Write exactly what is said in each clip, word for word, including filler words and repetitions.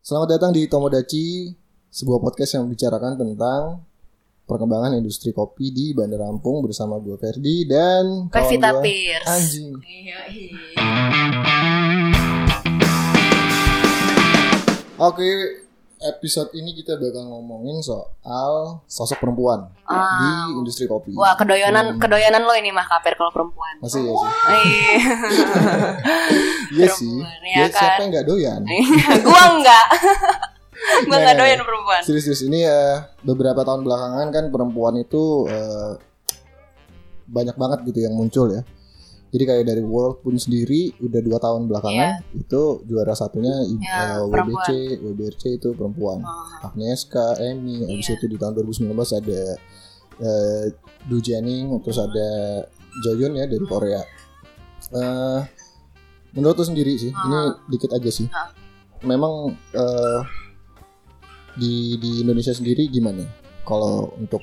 Selamat datang di Tomodachi, sebuah podcast yang membicarakan tentang perkembangan industri kopi di Bandar Lampung bersama gue Ferdi dan Pevita Pierce. Anjing. Iya, iya. Oke, episode ini kita bakal ngomongin soal sosok perempuan Ah. di industri kopi. Wah, kedoyanan, kedoyanan lo ini mah Kaper kalau perempuan. Masih ya sih. Iya. Iya sih. Perempuan, Ya, ya kan? siapa yang nggak doyan? Gua enggak. Gua enggak Nah, doyan perempuan. Serius-serius ini ya, beberapa tahun belakangan kan perempuan itu eh, banyak banget gitu yang muncul ya. Jadi kayak dari World pun sendiri udah dua tahun belakangan itu juara satunya Ya, eh, W B C, W B R C itu perempuan. Oh. Agnieszka, Emi, habis Iya. itu di tahun dua ribu sembilan belas ada eh, Du Jianing, terus ada Joyun ya dari Korea. Eh, menurut lu sendiri sih, Ah. ini dikit aja sih. Ah. Memang eh, di di Indonesia sendiri gimana? Kalau untuk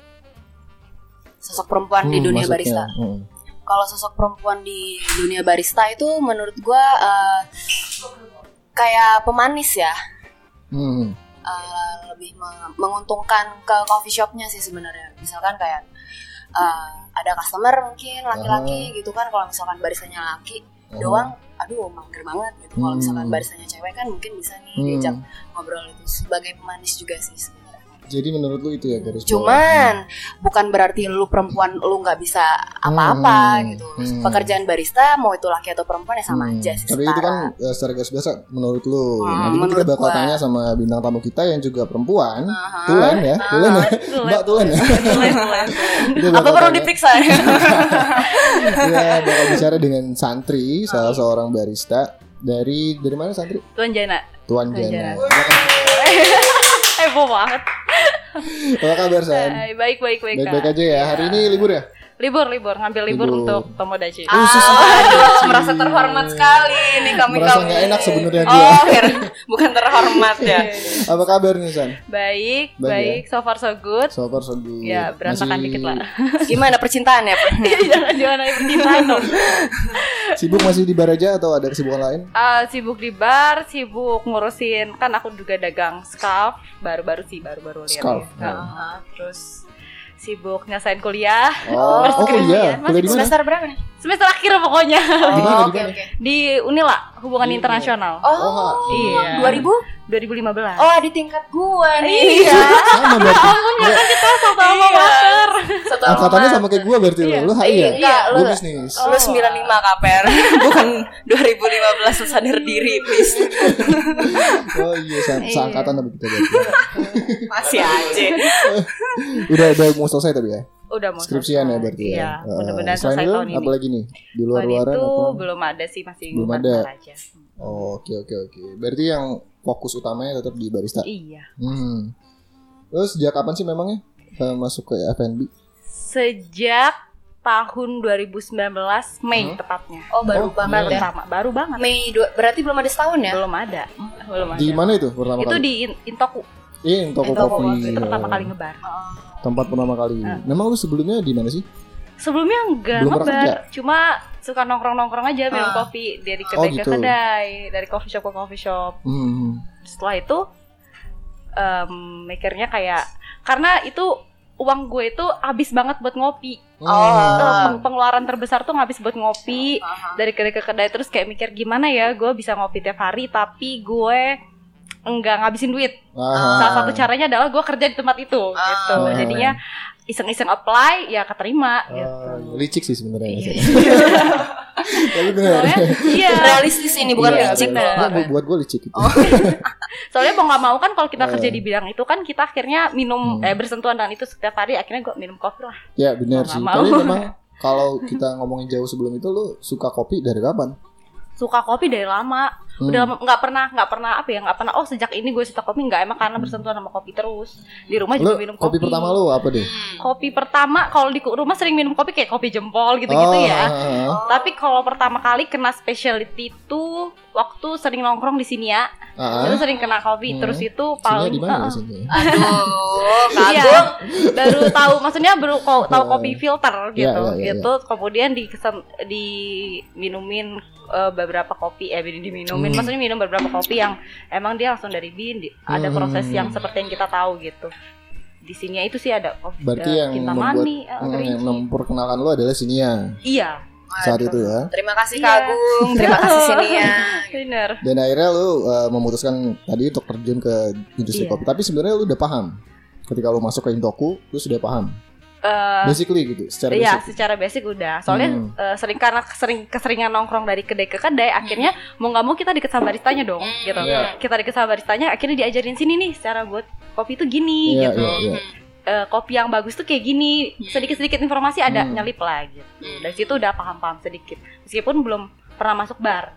Sosok perempuan di hmm, dunia masuknya, barista. hmm. Kalau sosok perempuan di dunia barista itu menurut gua eh, kayak pemanis ya. Hmm. Uh, lebih me- menguntungkan ke coffee shopnya sih sebenarnya. Misalkan kayak uh, ada customer mungkin laki-laki gitu kan, kalau misalkan baristanya laki Uh-huh. doang, aduh mager banget gitu. Kalau Hmm. misalkan baristanya cewek kan mungkin bisa nih Hmm. diajak ngobrol itu sebagai pemanis juga sih sebenarnya. Jadi menurut lu itu ya garis bawah? Cuman bukan berarti lu perempuan lu nggak bisa apa-apa Hmm. gitu. Hmm. Pekerjaan barista mau itu laki atau perempuan ya sama Hmm. aja sih. Tapi itu setara. kan uh, secara garis besar menurut lu. Hmm, Nah, jadi kita menurut bakal gua. tanya sama bintang tamu kita yang juga perempuan, Aha. Tulen ya, Ah, Tulen ya, Tulen. Mbak Tulen ya. Boleh, boleh. Dia Apa bakal perlu tanya- diperiksa? Ya, bakal bicara dengan Santri, salah seorang barista dari dari mana Santri? Tuan Jana. Tuan Tuan Jana. Jana. Heboh banget. Apa kabar San? Hai, baik baik baik. Baik-baik Kak. aja ya. Hari ini libur ya? Libur libur ngambil libur, Libur. untuk Tomodachi. Oh, sus- Aduh, merasa terhormat sekali nih kami Merasa kami. nggak enak sebenarnya Oh, dia. heran. Bukan terhormat ya. Apa kabar nih San? Baik Baik baik, so far so good. So far so good. Ya berantakan Masih dikit lah. Gimana percintaan ya? Pak? jangan jangan ada percintaan dong. Sibuk masih di bar aja atau ada kesibukan lain? Ah, sibuk di bar, sibuk ngurusin, kan aku juga dagang scarf, baru-baru sih baru-baru lihat. Scarf, ya. oh. Ah, terus sibuk nyelesain kuliah. Oh, oh kuliah. Masih Kuliah di mana? Semester berapa nih? Semester akhir pokoknya. Di mana, Oh, di oke mana? oke. Di Unila, hubungan Di internasional. Oh, Oh, iya. dua ribu? dua ribu lima belas. Oh, di tingkat gua nih. Iya. Sama berarti. Kan kita satu alma mater. Satu Angkatannya alma. sama kayak gua berarti Iya. lu. Lu H I ya? Iya, Gua lu- bisnis. Lu sembilan puluh lima Kaper. Bukan dua ribu lima belas sadar diri, please. Oh iya, sa- Iya. seangkatan tapi kita berarti. Masih aja. Udah udah mau selesai tapi ya. Udah mau Skripsian ya selesai. berarti ya. Iya, Eh, mudah-mudahan selain selesai itu, tahun ini. apa lagi nih? Di Selain luar-luaran itu atau? belum ada sih, masih Belum ngumpet ada. aja. Oh, oke oke oke. Berarti yang fokus utamanya tetap di barista. Iya. Hmm. Terus sejak kapan sih memangnya eh, masuk ke F and B? Sejak tahun dua ribu sembilan belas Mei Hmm? tepatnya. Oh, baru Oh, banget Baru ya. pertama, baru banget. Mei dua, berarti belum ada setahun ya? Belum ada. Belum ada. Di mana itu pertama Itu kali? di In- Intoku. Iya, toko Eh, toko kopi. Itu pertama Oh. kali ngebar. Tempat pertama kali. Ah. Memang lu sebelumnya di mana sih? Sebelumnya enggak Belum pernah ngebar, cuma suka nongkrong-nongkrong aja minum Ah. kopi dari Oh, kedai gitu. ke kedai, dari coffee shop ke coffee shop. Hmm. Setelah itu em, mikirnya kayak karena itu uang gue itu habis banget buat ngopi. Hmm. Oh. Eh, peng- pengeluaran terbesar tuh habis buat ngopi Aha. dari kedai ke kedai, terus kayak mikir gimana ya gue bisa ngopi tiap hari tapi gue enggak ngabisin duit. Ah. Salah satu caranya adalah gue kerja di tempat itu Ah. gitu. Ah. Jadinya iseng-iseng apply ya keterima gitu. Ah, licik sih sebenarnya. Iya. Tapi benar. Soalnya, iya. Realistis ini bukan Iya, licik benar. loh. Nggak, bu- buat gue licik itu. Soalnya mau nggak mau kan kalau kita Eh. kerja di bidang itu kan kita akhirnya minum Hmm. eh bersentuhan dengan itu setiap hari, akhirnya gue minum kopi lah. Ya benar Nggak sih. mau. Tapi memang kalau kita ngomongin jauh sebelum itu, lu suka kopi dari kapan? Suka kopi dari lama. Hmm. Udah nggak pernah nggak pernah apa ya nggak pernah oh sejak ini gue suka kopi, nggak, emang karena bersentuhan sama kopi terus. Di rumah Lu juga minum kopi kopi. pertama lu apa deh? Kopi pertama kalau di rumah sering minum kopi kayak kopi jempol gitu-gitu Oh, ya. ah, ah, ah. Tapi kalau pertama kali kena specialty itu waktu sering nongkrong di sini ya. Ah, Itu ah. sering kena kopi, Hmm. terus itu Sini paling di mana Heeh. di sini? Aduh, Iya, kagum. baru tahu maksudnya baru ko- tahu kopi filter gitu. Iya, iya, iya, Itu kemudian di diminumin eh, beberapa kopi eh diminum Min, maksudnya minum beberapa kopi yang emang dia langsung dari bean, di, ada Hmm. proses yang seperti yang kita tahu gitu. Di sini itu sih ada kopi Berarti uh, yang Kintamani, membuat uh, mm, kerinci. yang memperkenalkan lo adalah Sinia Iya, saat itu ya. Terima kasih Iya. Kak Agung, terima kasih Sinia. bener. Dan akhirnya lo uh, memutuskan tadi untuk terjun ke industri Iya. kopi. Tapi sebenarnya lo udah paham ketika lo masuk ke Intoku, lo sudah paham. Uh, Basically gitu, secara Iya, basic. secara basic udah. Soalnya Hmm. eh, sering karena sering keseringan nongkrong dari kedai ke kedai, akhirnya mau nggak mau kita deket sama baristanya dong, gitu. Iya. Kita deket sama baristanya, akhirnya diajarin sini nih cara buat kopi itu gini, Iya, gitu. iya, iya. Eh, kopi yang bagus tuh kayak gini, sedikit-sedikit informasi ada Hmm. nyelip lah gitu. Dari situ udah paham-paham sedikit, meskipun belum pernah masuk bar.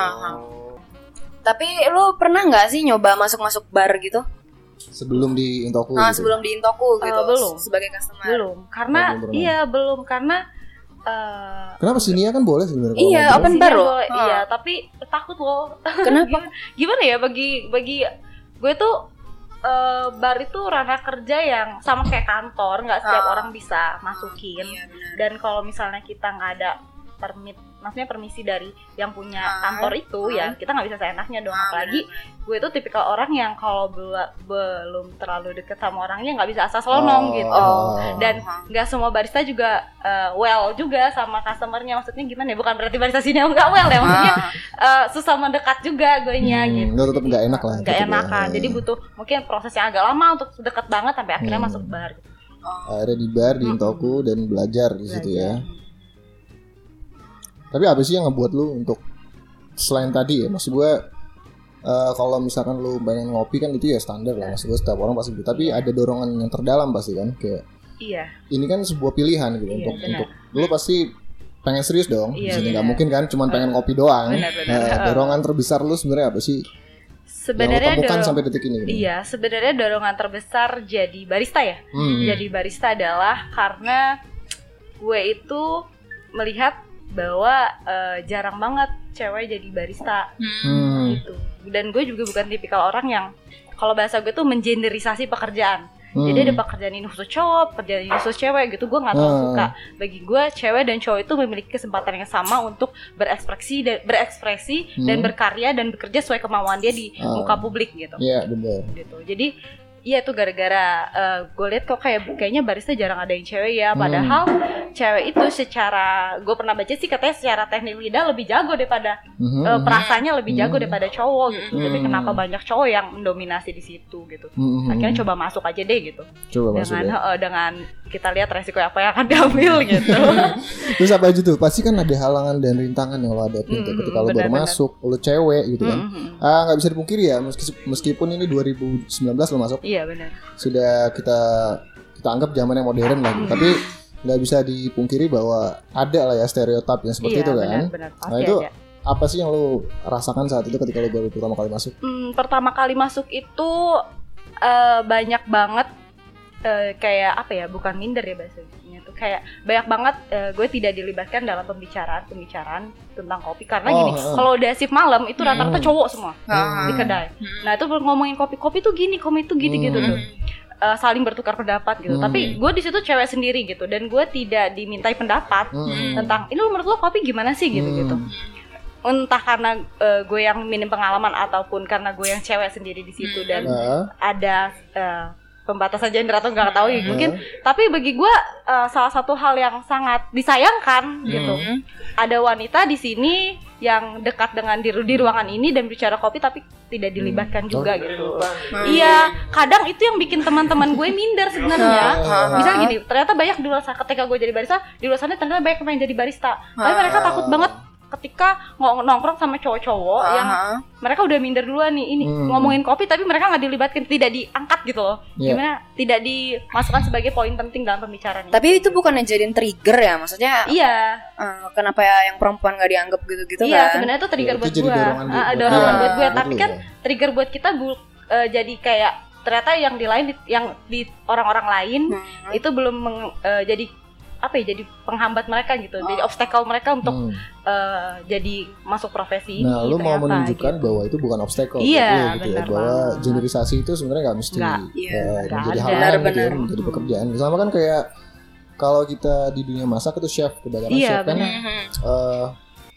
Tapi lu pernah nggak sih nyoba masuk-masuk bar gitu? Sebelum di Intoku Nah, gitu. sebelum di Intoku Eh, gitu. belum. Sebagai customer. Belum, karena Oh, belum pernah. iya belum karena. eh, Kenapa Sinia kan boleh sebenarnya kalau Iya, ngobrol? open Sini bar loh. boleh, Hah. Iya, tapi takut loh. Kenapa? Gimana ya bagi bagi gue tuh eh, bar itu ranah kerja yang sama kayak kantor, nggak setiap Ah. orang bisa masukin. Iya, benar. Dan kalau misalnya kita nggak ada permit, maksudnya permisi dari yang punya Ah. kantor itu, ya kita nggak bisa seenaknya dong. Ah, Apalagi gue tuh tipikal orang yang kalau bela- belum terlalu deket sama orangnya nggak bisa asal selonong gitu. Oh. Dan nggak semua barista juga eh, well juga sama customernya. Maksudnya gimana ya? Bukan berarti barista sini yang nggak well ya. Maksudnya Ah. eh, susah mendekat juga gue nya Hmm, gitu. lo tetap nggak enak lah. Nggak tetep enak ya. kan. Jadi butuh mungkin proses yang agak lama untuk deket banget sampai akhirnya Hmm. masuk bar. Gitu. Akhirnya di bar di Intoku dan belajar di situ ya. Tapi apa sih yang ngebuat lu untuk selain tadi ya, maksud gue eh, kalau misalkan lu pengen ngopi kan itu ya standar lah, maksud gue setiap orang pasti gitu. Tapi ada dorongan yang terdalam pasti kan, kayak Iya. ini kan sebuah pilihan gitu Iya, untuk benar. untuk lu pasti pengen serius dong. Di Iya, sini nggak benar. mungkin kan, cuman pengen ngopi doang. Benar, benar. Nah, Heeh. dorongan terbesar lu sebenarnya apa sih? Sebenarnya yang lu temukan dorong- sampai detik ini. Gitu. Iya, sebenarnya dorongan terbesar jadi barista ya. Hmm. Jadi barista adalah karena gue itu melihat bahwa eh, jarang banget cewek jadi barista Hmm. gitu. Dan gue juga bukan tipikal orang yang kalau bahasa gue tuh mengenderisasi pekerjaan. Hmm. Jadi ada pekerjaan ini khusus cowok, pekerjaan ini khusus cewek gitu. Gue nggak terlalu Hmm. suka. Bagi gue cewek dan cowok itu memiliki kesempatan yang sama untuk berekspresi dan berekspresi dan Hmm. berkarya dan bekerja sesuai kemauan dia di Ah. muka publik gitu. Iya benar. Gitu. Jadi iya tuh gara-gara eh, gue lihat kok kayak kayaknya barista jarang ada yang cewek ya. Padahal cewek itu secara gue pernah baca sih katanya secara teknik lidah lebih jago daripada Mhm. eh, perasanya lebih jago Hmm. daripada cowok gitu. Tapi Hmm. kenapa banyak cowok yang mendominasi di situ gitu. Mhm. Akhirnya coba masuk aja deh gitu. Coba masuk Dengan ya. eh, dengan kita lihat resiko apa yang akan diambil gitu. Terus apa aja tuh? Pasti kan ada halangan dan rintangan yang lo hadapin tuh Mm, ketika lo baru benar-benar. masuk, lo cewek gitu kan. Mm-mm. Ah nggak bisa dipungkiri ya, meski- meskipun ini dua ribu sembilan belas lo masuk, Iya benar. sudah kita kita anggap zaman yang modern lagi. Mm. Tapi nggak bisa dipungkiri bahwa ada lah ya stereotip yang seperti Iya itu kan. benar-benar pasti Nah, itu ada. apa sih yang lo rasakan saat itu ketika lo baru pertama kali masuk? Hmm, pertama kali masuk itu eh, banyak banget eh, kayak apa ya, bukan minder ya bahasanya tuh, kayak banyak banget eh, gue tidak dilibatkan dalam pembicaraan pembicaraan tentang kopi karena Oh, gini, heeh. kalau udah shift malam itu rata-rata Hmm. cowok semua Hmm. di kedai. Nah itu ngomongin kopi kopi tuh gini, kopi itu gini gitu Hmm. tuh. Eh, saling bertukar pendapat gitu. Hmm. Tapi gue di situ cewek sendiri gitu dan gue tidak dimintai pendapat Hmm. tentang ini lu menurut lo kopi gimana sih gitu Hmm. gitu. Entah karena eh, gue yang minim pengalaman ataupun karena gue yang cewek sendiri di situ dan Nah, ada eh, pembatasan gender atau nggak tahu ya Hmm. mungkin. Tapi bagi gue eh, salah satu hal yang sangat disayangkan gitu. Hmm. Ada wanita di sini yang dekat dengan di, di ruangan ini dan bicara kopi tapi tidak dilibatkan juga Oh. gitu. Iya, kadang itu yang bikin teman-teman gue minder sebenarnya. Ah. Misal gini, ternyata banyak di luar sana ketika gue jadi barista, di luar sana ternyata banyak yang jadi barista. Tapi Ah. mereka takut banget ketika ng- nongkrong sama cowok-cowok yang Aha. mereka udah minder duluan nih ini Hmm. ngomongin kopi tapi mereka nggak dilibatkan, tidak diangkat gitu loh. Iya. Gimana? Tidak dimasukkan sebagai poin penting dalam pembicaraan. Tapi itu bukan jadiin trigger ya, maksudnya Iya, eh, kenapa ya yang perempuan gak dianggap gitu-gitu iya kan? sebenarnya itu trigger Ya, itu buat jadi gue. dorongan buat- Ah, buat dorongan dia. buat gue. Buat Tapi lu kan ya. trigger buat kita bu- eh, jadi kayak ternyata yang di lain di- yang di orang-orang lain Hmm. itu belum meng- eh, jadi apa ya, jadi penghambat mereka gitu, jadi Oh. obstacle mereka untuk hmm. eh, jadi masuk profesi Nah, ini. lo mau ternyata, menunjukkan gitu. bahwa itu bukan obstacle Iya, buat lo gitu ya, benar bahwa banget. generisasi itu sebenarnya nggak mesti Nggak, iya, eh, nggak menjadi ada. halangan gitu ya, Benar-benar. menjadi pekerjaan. Sama kan kayak kalau kita di dunia masak itu chef, kebanyakan Iya, chef kan benar. Mhm. eh,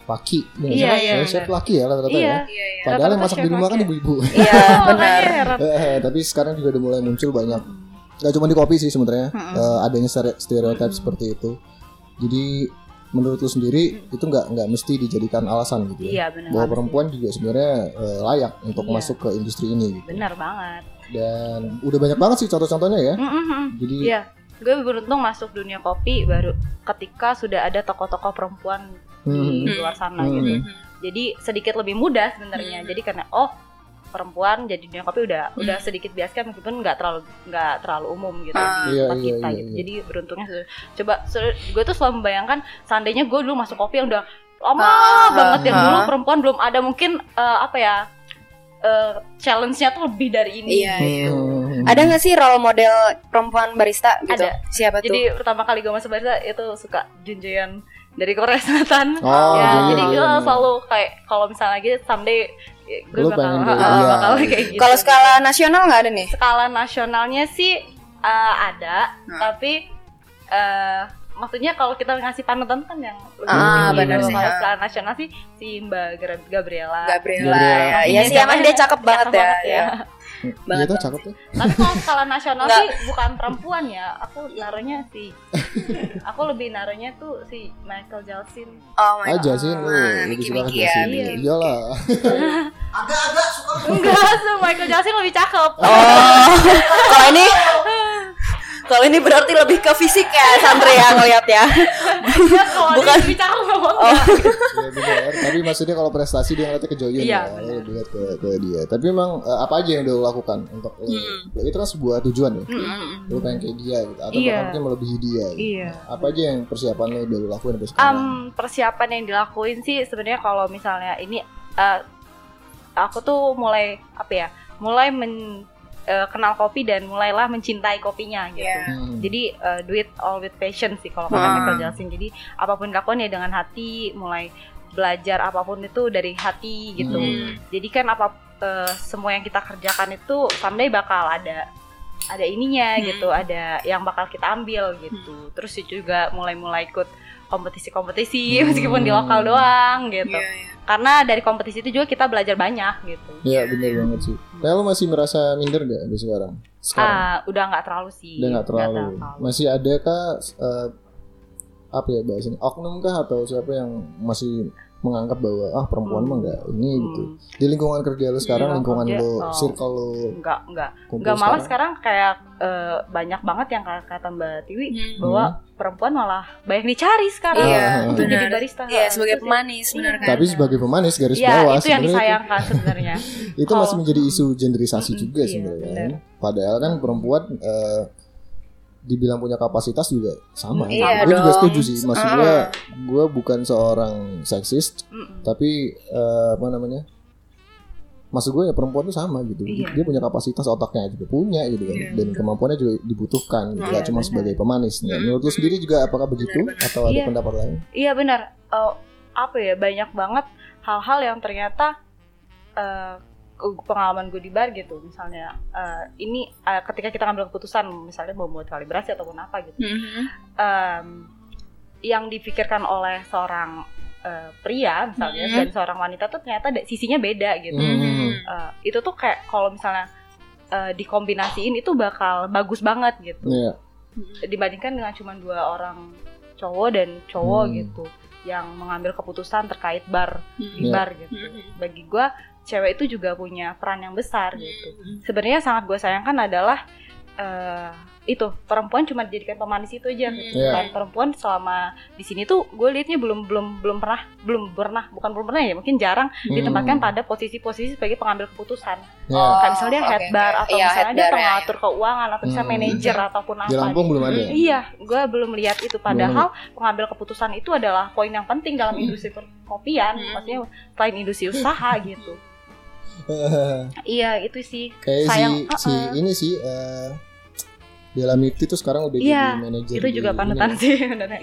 laki. Iya, iya, chef laki ya rata-rata Iya. ya. Iya, iya. Padahal yang Rata-rata masak chef di rumah kan laki. ibu-ibu. Iya, Oh, benar. makanya heran. Eh, tapi sekarang juga udah mulai muncul banyak. Gak cuma di kopi sih sebenarnya. Mm-mm. eh, adanya stere- stereotip Mm-mm. seperti itu. Jadi menurut lu sendiri itu nggak nggak mesti dijadikan alasan gitu ya. Iya benar. Bahwa banget perempuan juga sebenarnya eh, layak untuk Iya. masuk ke industri ini sih. gitu. Benar banget. Dan udah banyak banget sih contoh-contohnya ya. Mm-mm. Jadi Iya, gue beruntung masuk dunia kopi baru ketika sudah ada tokoh-tokoh perempuan di Hmm. luar sana Hmm. gitu. Jadi sedikit lebih mudah sebenarnya. Jadi karena oh perempuan jadi dunia kopi udah udah sedikit biasa meskipun nggak terlalu nggak terlalu umum gitu Ah. di Iya, tempat iya, kita iya, gitu. iya. Jadi beruntungnya se- coba se- gue tuh selalu membayangkan seandainya gue dulu masuk kopi yang udah lama Ah, banget yang ah. dulu perempuan belum ada mungkin eh, apa ya eh, challenge-nya tuh lebih dari ini. Iya, iya. Hmm. Ada nggak sih role model perempuan barista gitu? Ada. Siapa tuh? Jadi pertama kali gue masuk barista itu suka Junjayan dari Korea Selatan. Oh, ya, iya, jadi iya, gue iya. selalu kayak kalau misalnya gitu someday gue Lu bakal, pengen uh, kayak uh, dia. bakal kayak gitu. Kalau skala nasional nggak ada nih? skala nasionalnya sih uh, ada, Hmm. tapi uh, maksudnya kalau kita ngasih panutan kan yang lebih Ah, tinggi benar gitu. sih, Kalau ah. skala nasional sih si Mbak Gra- Gabriela. Gabriela. Gabriela. Ya, iya sih emang dia cakep banget ya. ya. Iya Banget tuh cakep tuh. Tapi kalau skala nasional Nggak. sih bukan perempuan ya. Aku naruhnya si aku lebih naruhnya tuh si Michael Jackson. Oh my Aja God. sih lu Ah, lebih Mickey suka Mickey ke ya. sini. Iya. Iyalah. Enggak, so Michael Jackson lebih cakep. Oh, kalau ini kalau ini berarti lebih ke fisik ya Sandra yang ngeliat ya. Ya, kalau Bukan. dia lebih cakep apa Oh. enggak? Iya benar. Tapi maksudnya kalau prestasi dia ngeliatnya ke Joyun Iya, ya. benar. Lu lebih lihat ke, ke dia. Tapi memang eh, apa aja yang udah lu lakukan untuk lu? Hmm. Itu kan sebuah tujuan ya. Mm-mm. Lu pengen kayak dia gitu atau Iya. bahkan mungkin melebihi dia gitu. Iya. Apa aja yang persiapan lu udah lu lakuin sampai sekarang? Um, persiapan yang dilakuin sih sebenarnya kalau misalnya ini uh, aku tuh mulai apa ya mulai men, uh, kenal kopi dan mulailah mencintai kopinya gitu. Iya. Hmm. Jadi uh, do it all with passion sih kalau kata Hmm. Michael Jackson. Jadi apapun dilakukan ya dengan hati, mulai belajar apapun itu dari hati gitu. Hmm. Jadi kan apa uh, semua yang kita kerjakan itu someday bakal ada ada ininya Hmm. gitu, ada yang bakal kita ambil gitu. Terus juga mulai-mulai ikut kompetisi-kompetisi Hmm. meskipun di lokal doang gitu. Iya, iya. Karena dari kompetisi itu juga kita belajar banyak gitu. Iya benar banget sih. Nah, lu masih merasa minder gak di sekarang? Sekarang Ah, udah nggak terlalu sih. udah nggak terlalu. terlalu. Masih ada kah eh, apa ya bahasanya? Oknum kah atau siapa yang masih menganggap bahwa ah perempuan Hmm. mah nggak ini Hmm. gitu. Di lingkungan kerja lu sekarang, Iya, lingkungan kerja, lu, oh. circle lu Enggak, enggak. kumpul Enggak malah sekarang kayak eh, banyak banget yang kata kata Mbak Tiwi Hmm. bahwa perempuan malah banyak dicari sekarang Iya, untuk jadi benar. barista. Iya, sebagai Itu sih. pemanis benar kan. Tapi sebagai pemanis garis Iya, bawah itu yang sebenarnya disayangkan sebenarnya. itu, itu masih Oh. menjadi isu genderisasi Mm-mm, juga iya, sebenarnya. benar. Kan? Padahal kan perempuan eh, dibilang punya kapasitas juga sama. Iya Gue juga dong. setuju sih. Maksud Ah. gue, gue bukan seorang seksis, Mm-mm. tapi eh, apa namanya? Maksud gue ya perempuan tuh sama gitu. Iya. Dia punya kapasitas, otaknya juga punya gitu kan. Iya, Dan kemampuannya juga dibutuhkan. Gitu. Iya, Gak cuma benar. sebagai pemanis. Nah, Mm. menurut lu sendiri juga apakah begitu Benar, atau ada Iya. pendapat lain? Iya benar. Eh, apa ya banyak banget hal-hal yang ternyata eh, pengalaman gue di bar gitu. Misalnya eh, ini eh, ketika kita ngambil keputusan misalnya mau buat kalibrasi ataupun apa gitu. Mhm. Em, yang dipikirkan oleh seorang eh, pria misalnya Mhm. dan seorang wanita tuh ternyata da- sisinya beda gitu. Hmm. Eh, itu tuh kayak kalau misalnya eh, dikombinasiin itu bakal bagus banget gitu. Iya. Dibandingkan dengan cuma dua orang cowok dan cowok Hmm. gitu yang mengambil keputusan terkait bar di Iya. bar gitu. Mhm. Bagi gue cewek itu juga punya peran yang besar gitu. Mhm. Sebenarnya sangat gue sayangkan adalah eh, itu perempuan cuma dijadikan pemanis itu aja gitu. Iya. Kan perempuan selama di sini tuh gue liatnya belum belum belum pernah belum pernah bukan belum pernah ya mungkin jarang Hmm. ditempatkan pada posisi-posisi sebagai pengambil keputusan. Iya. Oh, Kayak misalnya head oke, bar oke. atau Iya, misalnya head dia bar, ya, pengatur keuangan atau misalnya Hmm. manajer ataupun apa. Di Lampung gitu. belum ada. Iya, gue belum lihat itu. Padahal pengambil keputusan itu adalah poin yang penting dalam industri perkopian. Hmm. Maksudnya selain industri usaha gitu. Iya, itu sih. Kayak Sayang, si, si uh-uh. ini sih eh Bella Mifty tuh sekarang udah Iya, jadi manajer. Itu juga di panutan ini. sih benernya.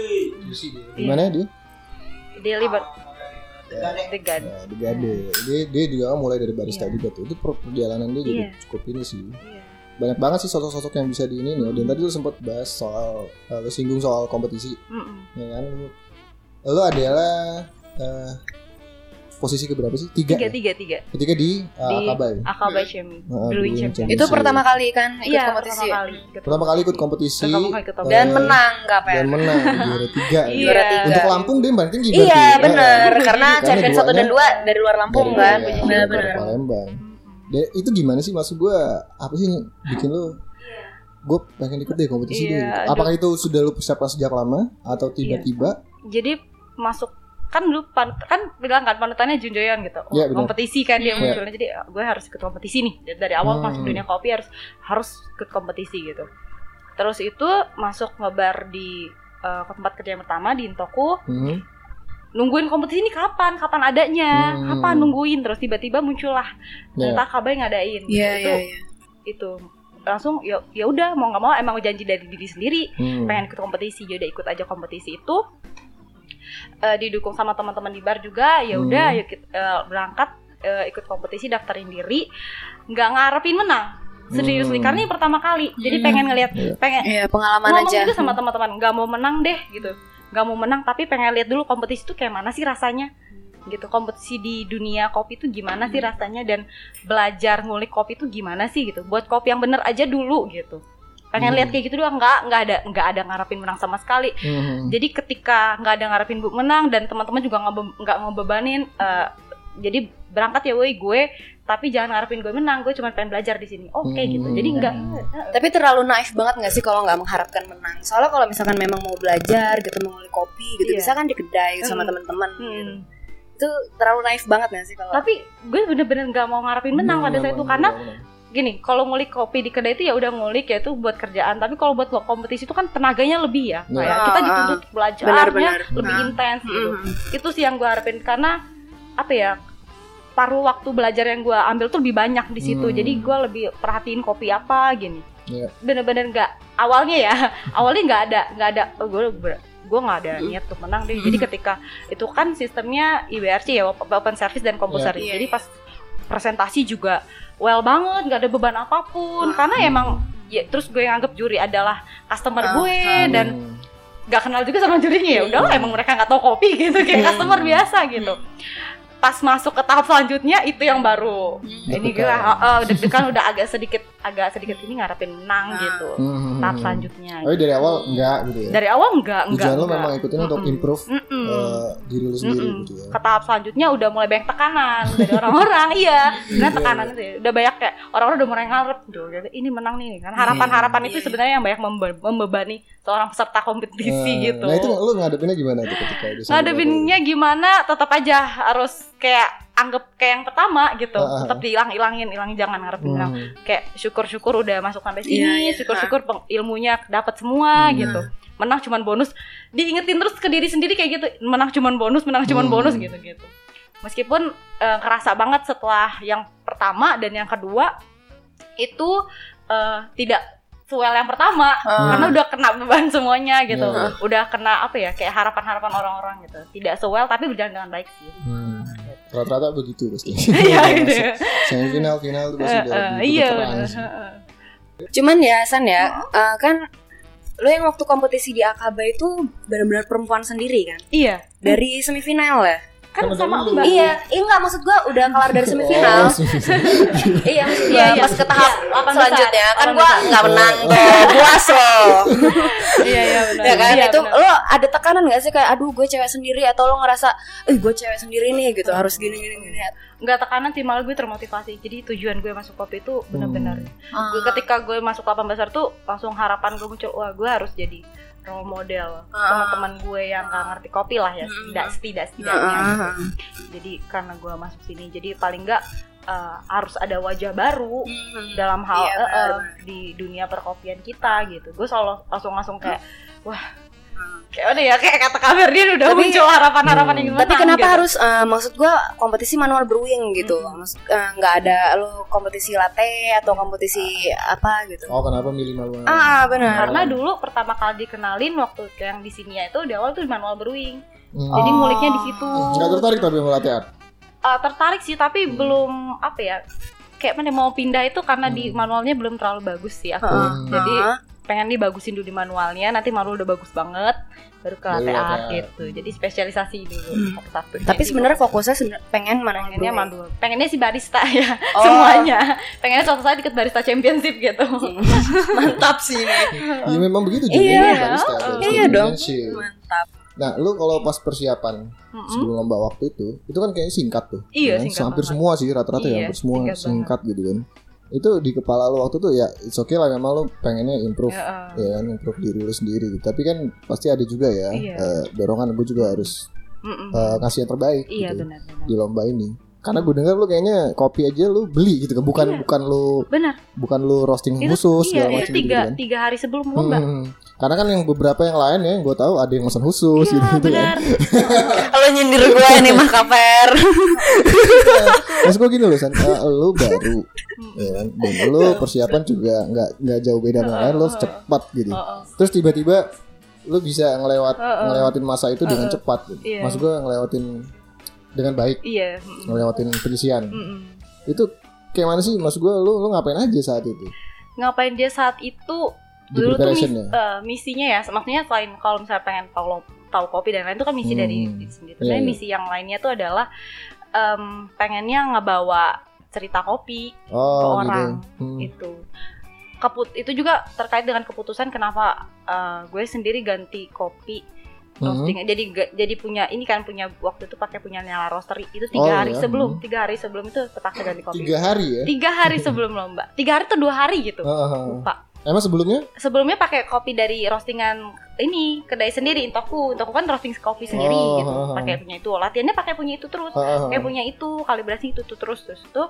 Di mana dia? Daily ber The God. Nah, di Gade. Dia dia juga mulai dari barista Iya. juga tuh. Itu per- perjalanan dia juga Iya. cukup ini sih. Iya. Banyak banget sih sosok-sosok yang bisa di ini nih. Dan tadi lu sempat bahas soal uh, lu singgung soal kompetisi, Mm-mm. ya kan? Lu adalah uh, posisi keberapa sih? Tiga. Tiga, ya? tiga, tiga. Ketiga di, uh, Di Akaba ya? Akaba Champion, Uh, Blue Wing Blue Wing Champion. Champion. Itu pertama kali kan ikut Iya, kompetisi. pertama kali. ikut Pertama kali ikut kompetisi. Pertama kali ikut uh, Dan menang kapan? Dan menang juara tiga. Iya. Juara tiga. Untuk Lampung dia paling tinggi berarti. Iya benar, Uh, karena Karena champion satu dan duanya dua dari luar Lampung dari- kan. iya, Benar dari benar. Palembang. Dan itu gimana sih, maksud gue apa sih bikin lo gue pengen ikut deh kompetisi Iya, deh. aduh. Apakah itu sudah lo persiapkan sejak lama atau tiba-tiba? Jadi masuk kan dulu pan, kan bilang kan panutannya Junjoyon gitu. Oh, Iya, benar. kompetisi kan dia Iya. munculnya. Jadi gue harus ikut kompetisi nih. Dari, dari awal Hmm. masuk dunia kopi harus harus ikut kompetisi gitu. Terus itu masuk ngebar di uh, ke tempat kerja yang pertama di Intoku. Hmm. Nungguin kompetisi ini kapan? Kapan adanya? Hmm. Kapan nungguin? Terus tiba-tiba muncullah Ya. entah kabar yang ngadain. Iya itu iya iya. itu langsung ya ya udah mau nggak mau emang janji dari diri sendiri Hmm. pengen ikut kompetisi, ya udah ikut aja kompetisi itu. Eh, didukung sama teman-teman di bar juga, ya udah Hmm. yuk kita eh, berangkat eh, ikut kompetisi, daftarin diri, nggak ngarepin menang serius Hmm. karena ini pertama kali, jadi Hmm. pengen ngelihat, Iya. pengen Iya, pengalaman ngomong aja. juga sama teman-teman, nggak mau menang deh gitu, nggak mau menang tapi pengen lihat dulu kompetisi itu kayak mana sih rasanya gitu, kompetisi di dunia kopi itu gimana sih rasanya, dan belajar ngulik kopi itu gimana sih gitu, buat kopi yang bener aja dulu gitu, pengen Hmm. lihat kayak gitu doang, nggak nggak ada nggak ada ngarepin menang sama sekali. Hmm. Jadi ketika nggak ada ngarepin bu menang dan teman-teman juga nggak be- nggak mau bebanin, eh, jadi berangkat ya woi gue, tapi jangan ngarepin gue menang, gue cuma pengen belajar di sini, oke Hmm. gitu. Jadi nggak Tapi terlalu naif banget gak sih kalau nggak mengharapkan menang? Soalnya kalau misalkan memang mau belajar gitu, mau ngulik kopi gitu, Iya. bisa kan di kedai gitu sama Hmm. teman-teman. Hmm. Gitu. Itu terlalu naif banget gak sih kalau? Tapi gue bener-bener nggak mau ngarepin menang pada saat itu, karena Menang. gini, kalau ngulik kopi di kedai itu ya udah ngulik, ya itu buat kerjaan. Tapi kalau buat kompetisi itu kan tenaganya lebih ya, Iya. kayak kita dituntut belajarnya Benar-benar. lebih Nah. intens gitu. Hmm. Itu sih yang gue harapin, karena apa ya, paruh waktu belajar yang gue ambil tuh lebih banyak di situ. Hmm. Jadi gue lebih perhatiin kopi apa gini. Iya. Bener-bener nggak awalnya ya, awalnya nggak ada nggak ada oh, gue gue nggak ada Hmm. niat untuk menang deh. Jadi ketika itu kan sistemnya I W R C ya, open service dan compulsory. Iya, Jadi iya. pas presentasi juga well banget, nggak ada beban apapun, karena emang ya, terus gue nganggep juri adalah customer Ah, gue ah. dan Hmm. nggak kenal juga sama jurinya, ya udahlah emang mereka nggak tahu kopi gitu, kayak Hmm. customer biasa gitu. Pas masuk ke tahap selanjutnya itu yang baru ini gue uh, deg-degan, udah agak sedikit agak sedikit ini ngarepin menang Ah. gitu. Hmm. Tahap selanjutnya Oh, dari awal enggak gitu ya. dari awal enggak enggak Tujuan lo enggak. memang ikutin untuk Mm-mm. improve Mm-mm. uh, diri lo sendiri Mm-mm. gitu ya. Ke tahap selanjutnya udah mulai banyak tekanan dari orang-orang. Iya, sebenarnya tekanan itu ya. Udah banyak kayak orang-orang udah mulai ngarep tuh, gitu, ini menang nih kan. Harapan-harapan Iya, itu iya. sebenarnya yang banyak membe- membebani seorang peserta kompetisi Nah, gitu. Nah itu lo ngadepinnya gimana tuh ketika udah sampai Ngadepinnya gimana, tetap aja harus kayak anggap kayak yang pertama gitu. Ah, ah, Tetap dihilang-hilangin, hilangin jangan ngarepin Hmm. menang. Kayak syukur-syukur udah masuk sampai sini, Iya, iya. syukur-syukur peng- ilmunya dapat semua Hmm. gitu. Menang cuman bonus, diingetin terus ke diri sendiri kayak gitu. Menang cuman bonus, menang cuman Hmm. bonus gitu-gitu. Meskipun eh, kerasa banget setelah yang pertama dan yang kedua itu eh, tidak well yang pertama, Ah. karena udah kena beban semuanya gitu. Iya. Udah kena apa ya, kayak harapan-harapan orang-orang gitu. Tidak sewell tapi berjalan dengan baik sih. Hmm. Rata-rata begitu pasti. Iya gitu. Semifinal, final itu pasti Eh, udah eh, begitu iya terang bener. sih. Cuman ya San ya, eh, kan lo yang waktu kompetisi di Akaba itu benar-benar perempuan sendiri kan? Iya. Dari semifinal ya? Kan Kan sama ada Mbak. Iya, iya enggak, maksud gua udah kelar dari semifinal. Oh, semifinal. Iya, maksud gua Iya, iya. pas ke tahap Iya, delapan selanjutnya besar. kan Delapan gua besar. enggak menang tuh. Puas loh. Iya iya benar. Ya kan? Iya, Itu benar. lo ada tekanan enggak sih kayak aduh gue cewek sendiri, atau lo ngerasa eh gue cewek sendiri nih gitu, harus gini gini gini. Nggak tekanan sih, malah gue termotivasi. Jadi tujuan gue masuk kopi itu benar-benar. Ah. Gue ketika gue masuk delapan besar tuh langsung harapan gue muncul, wah gue harus jadi role model Ah. teman-teman gue yang nggak ngerti kopi lah ya, tidak setidak setidaknya. Ah. Jadi karena gue masuk sini, jadi paling nggak eh, harus ada wajah baru Hmm. dalam hal Iya, eh, eh, benar-benar. di dunia perkopian kita gitu. Gue selalu langsung langsung kayak wah kayak udah ya, kayak kata kabar dia udah Tapi- muncul harapan-harapan yang Tapi menang kenapa gitu. harus eh, maksud gua kompetisi manual brewing gitu? Mm-mm. Maksud eh, nggak ada lo kompetisi latte atau kompetisi apa gitu? Oh, kenapa milih manual? Ah, benar. Karena dulu pertama kali dikenalin waktu yang di sini ya itu di awal tuh di manual brewing. Hmm. Jadi Oh. nguliknya di situ. Nggak tertarik tapi mau latihan. Eh, tertarik sih tapi belum apa ya, kayak mana mau pindah itu karena di Hmm. manualnya belum terlalu bagus sih aku. Heeh. Jadi Heeh. pengen dibagusin dulu di manualnya, nanti manual udah bagus banget baru ke latte Baru art latte gitu. Jadi spesialisasi dulu Hmm. satu-satu. Tapi Jadi sebenarnya fokusnya sebenar- pengen mana pengennya dulu? mandul. Pengennya sih barista ya Oh. semuanya. Pengennya suatu saat ikut barista championship gitu. Mantap sih. Ya memang begitu juga Iya. ya, barista, Oh, barista iya dong. championship. Mantap. Nah, lu kalau pas persiapan Mm-mm. sebelum lomba waktu itu, itu kan kayaknya singkat tuh. Iya, ya kan? singkat Hampir banget. semua sih rata-rata ya, Iya, hampir semua singkat singkat gitu kan. Itu di kepala lu waktu itu ya it's okay lah, memang lu pengennya improve Ya, ya kan, improve diri lu sendiri. Tapi kan pasti ada juga ya Iya. eh, dorongan gue juga harus mm-mm. eh, ngasih yang terbaik Iya gitu benar-benar. di lomba ini. Karena gue dengar lu kayaknya kopi aja lu beli gitu kan, bukan Iya. bukan lu Benar. bukan lu roasting Itu khusus iya, segala itu macam gitu tiga kan. tiga hari sebelum lomba. Hmm. Karena kan yang beberapa yang lain ya, gue tahu ada yang pesan khusus Iya, gitu, gitu kan. benar. Kalau nyindir gue nih mah kaper. Mas gue gini loh, San, eh, lu baru, ya kan, dan lu persiapan juga nggak nggak jauh beda dengan lain, lu cepat gitu. Oh, oh. Terus tiba-tiba lu bisa ngelewat Uh-uh. ngelewatin masa itu dengan Uh-uh. cepat. Gitu. Iya. Maksud gue ngelewatin dengan baik, Iya. mm-mm. ngelewatin penyisian. Mm-mm. Itu kayak mana sih? Maksud gue lu lu ngapain aja saat itu? Ngapain dia saat itu? Di Dulu tuh mis- preparationnya? eh, misinya ya, maksudnya selain kalau misalnya pengen tahu lo- tahu kopi dan lain itu kan misi Hmm. dari diri sendiri. Iya, Sebenarnya iya. misi yang lainnya tuh adalah em, pengennya ngebawa cerita kopi ke Oh orang gitu. Hmm. itu. Keput itu juga terkait dengan keputusan kenapa eh, gue sendiri ganti kopi Mhm. roasting. Jadi ga- jadi punya ini kan punya waktu itu pakai punya Nyala Roastery itu tiga Oh, hari iya. sebelum Hmm. tiga hari sebelum itu terpaksa ganti kopi. Tiga hari ya? Tiga hari sebelum lomba. Tiga hari tuh dua hari gitu. Heeh. Lupa. Emang sebelumnya? Sebelumnya pakai kopi dari roastingan ini kedai sendiri Intoku. Intoku kan roasting kopi sendiri Oh, gitu. ha, ha. Pakai punya itu. Latihannya pakai punya itu terus. Heeh. Kayak punya itu, kalibrasi itu tuh terus terus tuh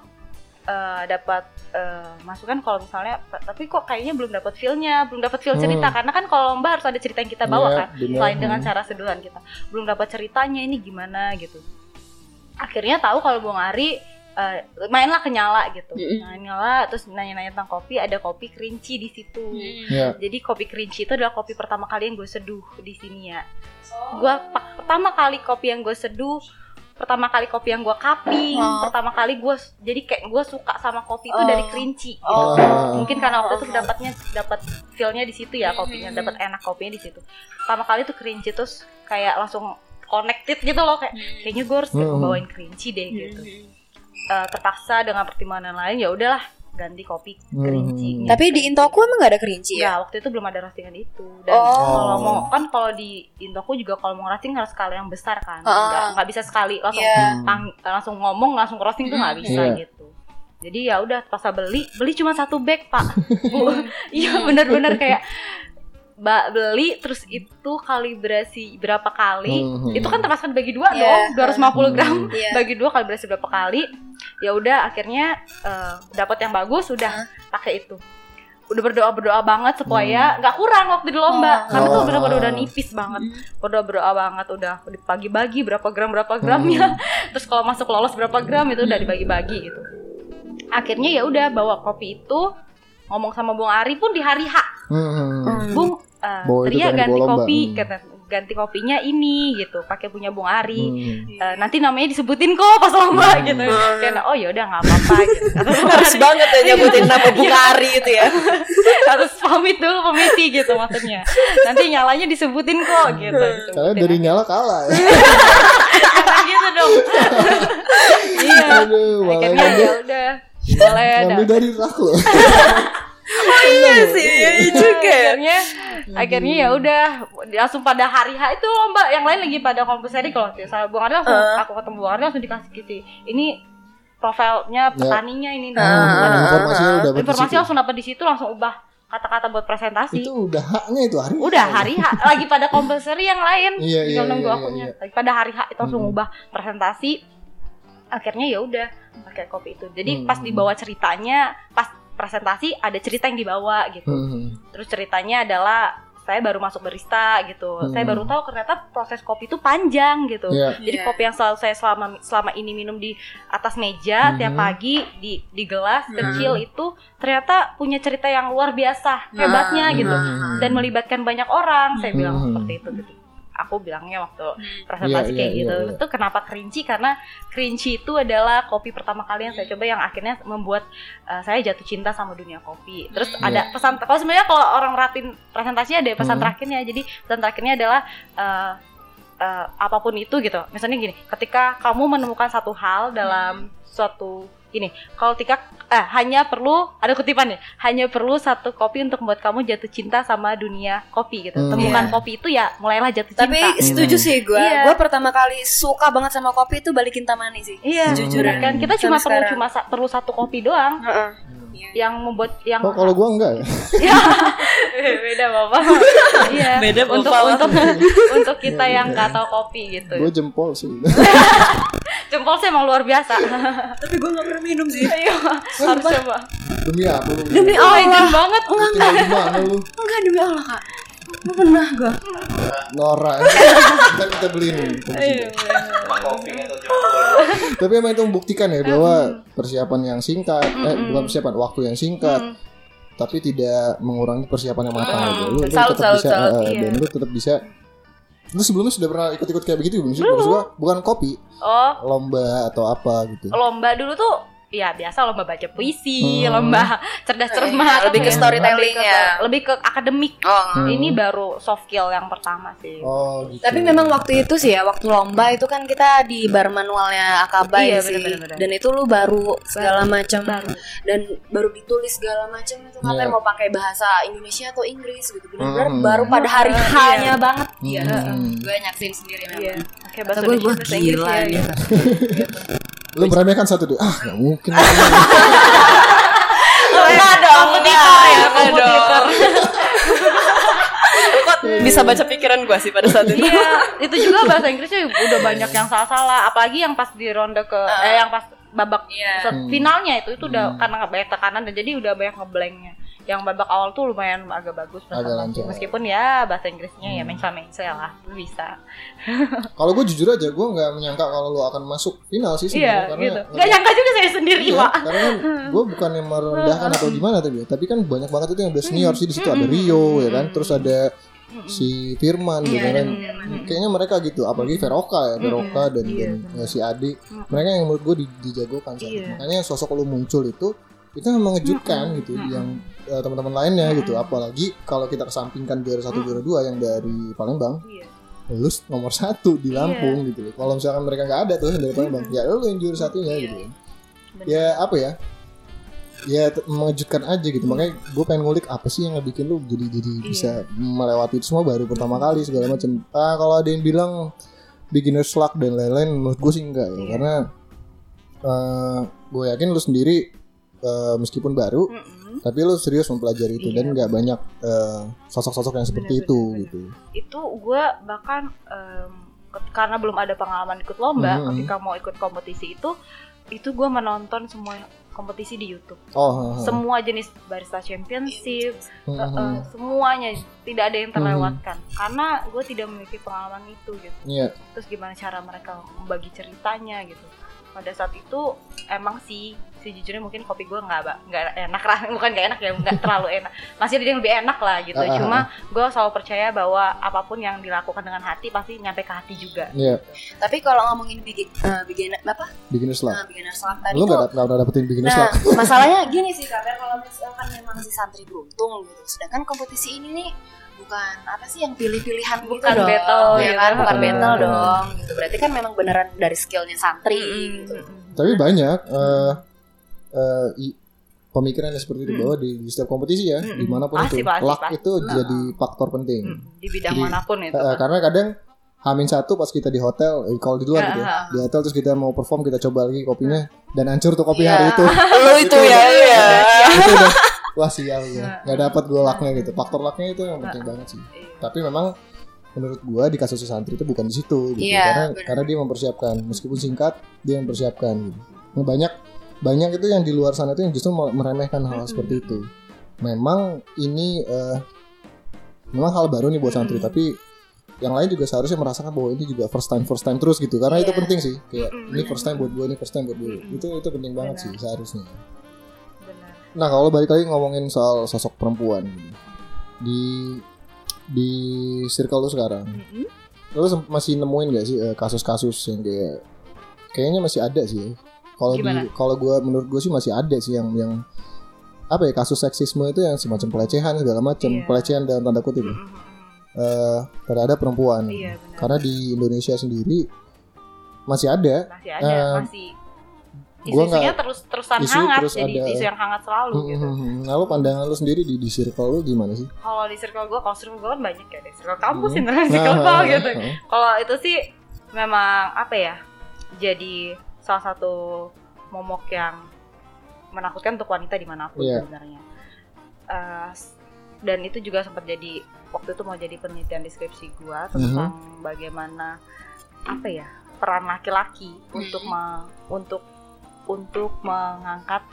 eh, dapat eh, masukan kalau misalnya tapi kok kayaknya belum dapat feel-nya, belum dapat feel cerita Hmm. karena kan kalau lomba harus ada cerita yang kita bawa Iya, kan. benar. Selain dengan Hmm. cara seduhan kita. Belum dapat ceritanya ini gimana gitu. Akhirnya tahu kalau Bung Ari eh, mainlah ke Nyala gitu. Mm-mm. Nah, Nyala terus nanya-nanya tentang kopi, ada kopi kerinci di situ. Ya. Jadi kopi kerinci itu adalah kopi pertama kali yang gue seduh di sini ya. Gua pa- pertama kali kopi yang gue seduh, pertama kali kopi yang gue cupping, Oh. pertama kali gue jadi kayak gue suka sama kopi itu Oh. dari kerinci. Gitu. Oh. Mungkin karena waktu itu dapatnya dapat feel-nya di situ ya kopinya, dapat enak kopinya di situ. Pertama kali tuh kerinci terus kayak langsung connected gitu loh kayak kayaknya gue harus Hmm. bawain kerinci deh gitu. Eh, terpaksa dengan pertimbangan lain ya udahlah ganti kopi kerinci. Hmm. Tapi di Intoku emang gak ada kerinci Ya ya? waktu itu belum ada roastingan itu dan Oh. kalau mau kan kalau di Intoku juga kalau mau roasting harus skala yang besar kan, Ah. nggak nggak bisa sekali langsung Iya. pang- langsung ngomong langsung roasting tuh nggak bisa Iya. gitu. Jadi ya udah pas beli beli cuma satu bag pak, Bu. Iya benar-benar kayak Mbak beli terus itu kalibrasi berapa kali Hmm. itu kan termasuk bagi dua Iya. dong dua ratus lima puluh gram Iya. bagi dua kalibrasi berapa kali ya udah akhirnya eh, dapat yang bagus udah pakai itu udah berdoa berdoa banget supaya nggak kurang waktu di lomba Oh. karena tuh Oh. benar-benar udah nipis banget berdoa berdoa banget udah dibagi-bagi berapa gram berapa gramnya terus kalau masuk lolos berapa gram itu udah dibagi-bagi gitu akhirnya ya udah bawa kopi itu ngomong sama Bung Ari pun di hari H Hmm. Bung uh, Bawa itu Tria pengen ganti bawa lomba. kopi Hmm. kata ganti kopinya ini gitu pakai punya Bung Ari Hmm. Eh, nanti namanya disebutin kok pas lomba Hmm. gitu karena oh ya udah nggak apa-apa gitu kata Bung Harus Ari. banget ya nyebutin nama Bukari itu ya. Harus pamit dulu pemiti gitu maksudnya nanti nyalanya disebutin kok gitu disebutin. Karena dari nyala kalah ya. Jangan gitu dong iya Aduh, malah akhirnya ngambil, ya udah boleh ngambil dah. dari rak loh. Iya sih, iya juga. akhirnya akhirnya ya udah langsung pada hari H itu lomba yang lain lagi pada kompetisi kalau tidak salah Bung Ari langsung Uh. aku ketemu Bung Ari langsung dikasih kisi ini profilnya petaninya ini Hmm, Ada- informasinya udah dapat di informasi situ. langsung dapat di situ langsung ubah kata-kata buat presentasi Itu udah haknya itu hari. udah hari H lagi pada kompetisi yang lain Iya, iya, tinggal nunggu iya, akunya iya. lagi pada hari H itu langsung Hmm. ubah presentasi akhirnya ya udah pakai kopi itu jadi Hmm. pas dibawa ceritanya pas presentasi ada cerita yang dibawa gitu Hmm. terus ceritanya adalah saya baru masuk barista gitu. Hmm. Saya baru tahu ternyata proses kopi itu panjang gitu. Iya. Jadi Iya. kopi yang selalu saya selama selama ini minum di atas meja Hmm. tiap pagi di di gelas Hmm. kecil itu ternyata punya cerita yang luar biasa hebatnya Hmm. gitu Hmm. dan melibatkan banyak orang. Saya bilang Hmm. seperti itu gitu. aku bilangnya waktu presentasi Iya, kayak iya, gitu. iya, iya. Itu kenapa crunchy? Karena crunchy itu adalah kopi pertama kali yang saya coba yang akhirnya membuat uh, saya jatuh cinta sama dunia kopi. Terus Hmm. ada pesan, kalau sebenarnya kalau orang merhatiin presentasinya ada pesan Hmm. terakhirnya. Jadi pesan terakhirnya adalah uh, uh, apapun itu gitu. Misalnya gini, ketika kamu menemukan satu hal dalam suatu ini, kalau ketika eh, hanya perlu ada kutipan nih, hanya perlu satu kopi untuk membuat kamu jatuh cinta sama dunia kopi gitu. Hmm. Temukan Iya. kopi itu ya mulailah jatuh cinta. Tapi setuju sih gue. Iya. Gue pertama kali suka banget sama kopi itu balikin Tamani sih. Iya, Jujur bener kan. Kita cuma Sampai perlu sekarang. cuma sa- perlu satu kopi doang Heeh. yang membuat yang Oh, kalau gua enggak ya. Ya, beda bapak. Iya. Beda, untuk Bapak. untuk untuk kita yang nggak tahu kopi gitu. Gua jempol sih. Jempol saya emang luar biasa. Tapi gue gak pernah minum sih. Ayo, harus coba. Demi apa lu? Demi Oh, Allah. legend banget. Tinggal di mana lu? Enggak, demi Allah kak. Gak pernah gue. Norak. Ntar kita beliin. Iya, Tapi emang itu membuktikan ya bahwa persiapan yang singkat, eh bukan persiapan, waktu yang singkat, Mm. tapi tidak mengurangi persiapan yang matang Mm. gitu. Lu, lu Salut, tetap salut, bisa, salut, eh, iya. dan lu tetap bisa. Lu sebelumnya sudah pernah ikut-ikut kayak begitu belum sih? Maksud gua bukan kopi, Oh, lomba atau apa gitu. lomba dulu tuh ya biasa lomba baca puisi, Hmm. lomba cerdas cermat, Lebih ke tapi storytelling lebih ke, ya. lebih ke akademik. Oh. Hmm. Ini baru soft skill yang pertama sih. Oh, gitu. Tapi memang waktu itu sih ya, waktu lomba itu kan kita di bar manualnya Akaba Iya, ya sih. bener-bener. Dan itu lu baru segala macam Baru. dan baru ditulis segala macam itu katanya Iya. mau pakai bahasa Indonesia atau Inggris gitu. Benar-benar Hmm. baru pada hari Iya. H-nya banget. Hmm. Iya. Hmm. Gue nyaksin sendiri memang. Iya. Oke, Kata bahasa gue, Indonesia, gue bahasa Inggris gila ya. nih. Gitu. Lu meremehkan satu deh. Ah, enggak mungkin. Enggak dong, Kompetitor ya, kompetitor. Bisa baca pikiran gue sih pada saat itu. Iya, itu juga bahasa Inggrisnya udah banyak yang salah-salah, apalagi yang pas di ronde ke eh yang pas babak Iya. set- Hmm. finalnya itu itu udah Hmm. karena banyak tekanan dan jadi udah banyak ngeblanknya. Yang babak awal tuh lumayan agak bagus Agak lancar. meskipun ya bahasa Inggrisnya ya Hmm. mencela-mencela lah bisa. Kalau gue jujur aja, gue nggak menyangka kalau lu akan masuk final sih Iya, sebenarnya. karena gitu. Gak nyangka juga saya sendiri, Iya, Pak. karena kan gue bukan yang merendahkan atau gimana tapi, tapi kan banyak banget itu yang udah senior sih di situ. Ada Rio ya kan, terus ada si Firman gitu Iya, kan. Hmm. Kayaknya mereka gitu, apalagi Veroka ya, Veroka dan, Iya, dan ya, si Adi. Mereka yang menurut gue di- dijagokan saat itu. Iya. Makanya sosok lu muncul itu itu memang mengejutkan gitu, yang eh, teman-teman lainnya gitu. Apalagi kalau kita kesampingkan juara satu juara dua yang dari Palembang, Iya. lu nomor satu di Lampung gitu loh. Kalau misalkan mereka nggak ada tuh yang dari Palembang, ya lu yang juara satunya gitu. Bener. Ya apa ya? Ya t- mengejutkan aja gitu. Makanya gue pengen ngulik apa sih yang ngebikin lu jadi jadi Iya. bisa melewati itu semua baru pertama kali segala macam. Ah kalau ada yang bilang beginner's luck dan lain-lain, menurut gue sih enggak ya. Iya. Karena eh gue yakin lu sendiri eh, meskipun baru, Mm-mm. tapi lu serius mempelajari itu Iya. dan nggak banyak eh, sosok-sosok yang seperti Bener, itu bener, gitu. Itu gue bahkan em, ke- karena belum ada pengalaman ikut lomba, Mhm. ketika mau ikut kompetisi itu itu gue menonton semua kompetisi di YouTube, Oh, ha, ha. semua jenis barista championship, Hmm, eh, hmm. eh, semuanya tidak ada yang terlewatkan karena gue tidak memiliki pengalaman itu gitu. Iya. Terus gimana cara mereka membagi ceritanya gitu. Pada saat itu emang sih sejujurnya mungkin kopi gue nggak ba- nggak enak lah, bukan nggak enak ya, nggak terlalu enak, masih ada yang lebih enak lah gitu. Ah, ah, Cuma gue selalu percaya bahwa apapun yang dilakukan dengan hati pasti nyampe ke hati juga. Iya, Tapi kalau ngomongin begin, uh, beginner apa? beginner's luck. Nah, beginner luck tadi Lu tuh. nggak dap- nggak udah dapetin beginner's Nah, luck. masalahnya gini sih Kak, Fer, kalau misalkan memang si santri beruntung gitu. Sedangkan kompetisi ini nih bukan apa sih yang pilih-pilihan gitu Bukan dong. battle ya gitu. kan, bukan Hmm. battle dong gitu. Berarti kan memang beneran dari skillnya santri Mm-mm. gitu. Tapi banyak eh eh, i- pemikiran yang seperti itu bahwa di, di setiap kompetisi ya, Mm-mm. dimanapun Pasti, itu, pasti, luck pasti. itu jadi faktor penting. Mm, di bidang Jadi, manapun itu. Eh, karena kadang Hamin satu pas kita di hotel, eh, kalau di luar gitu ya, Ah. di hotel terus kita mau perform, kita coba lagi kopinya dan hancur tuh kopi Iya. hari itu. Lu itu ya, udah- ya. itu udah wah sial ya, nggak dapat gue lucknya gitu. Faktor lucknya itu yang penting banget sih. Iya. Tapi memang menurut gua di kasus santri itu bukan di situ gitu. Iya, karena benar. karena dia mempersiapkan meskipun singkat dia mempersiapkan gitu. Nah, banyak banyak itu yang di luar sana itu yang justru meremehkan hal seperti itu. Memang ini eh, memang hal baru nih buat santri, tapi yang lain juga seharusnya merasakan bahwa ini juga first time first time terus gitu. Karena itu Iya. penting sih. Kayak ini first time buat gua, ini first time buat gua. Itu itu penting banget Benar. sih seharusnya. Benar. Nah, kalau balik lagi ngomongin soal sosok perempuan gitu. di di circle lu sekarang Mm-mm. Lo masih nemuin gak sih uh, kasus-kasus yang kayak kayaknya masih ada sih. Kalau di kalau gue menurut gue sih masih ada sih yang yang apa ya kasus seksisme itu yang semacam pelecehan segala macam, yeah. pelecehan dalam tanda kutip mm-hmm. uh, terhadap perempuan. Iya, karena di Indonesia sendiri masih ada. Masih ada, uh, masih. Isunya terus terusan isu hangat, terus jadi ada, isu yang hangat selalu hmm, gitu. Lalu pandangan lu sendiri di, di circle lu gimana sih? Kalau di circle gue, kalau circle gue kan banyak ya, deh. Circle kampus, hmm. internal circle nah, gitu. Nah. Kalau itu sih memang apa ya? Jadi salah satu momok yang menakutkan untuk wanita dimanapun yeah. sebenarnya. Uh, dan itu juga sempat jadi waktu itu mau jadi penelitian deskripsi gue tentang mm-hmm. bagaimana apa ya peran laki-laki mm-hmm. untuk ma- untuk untuk mengangkat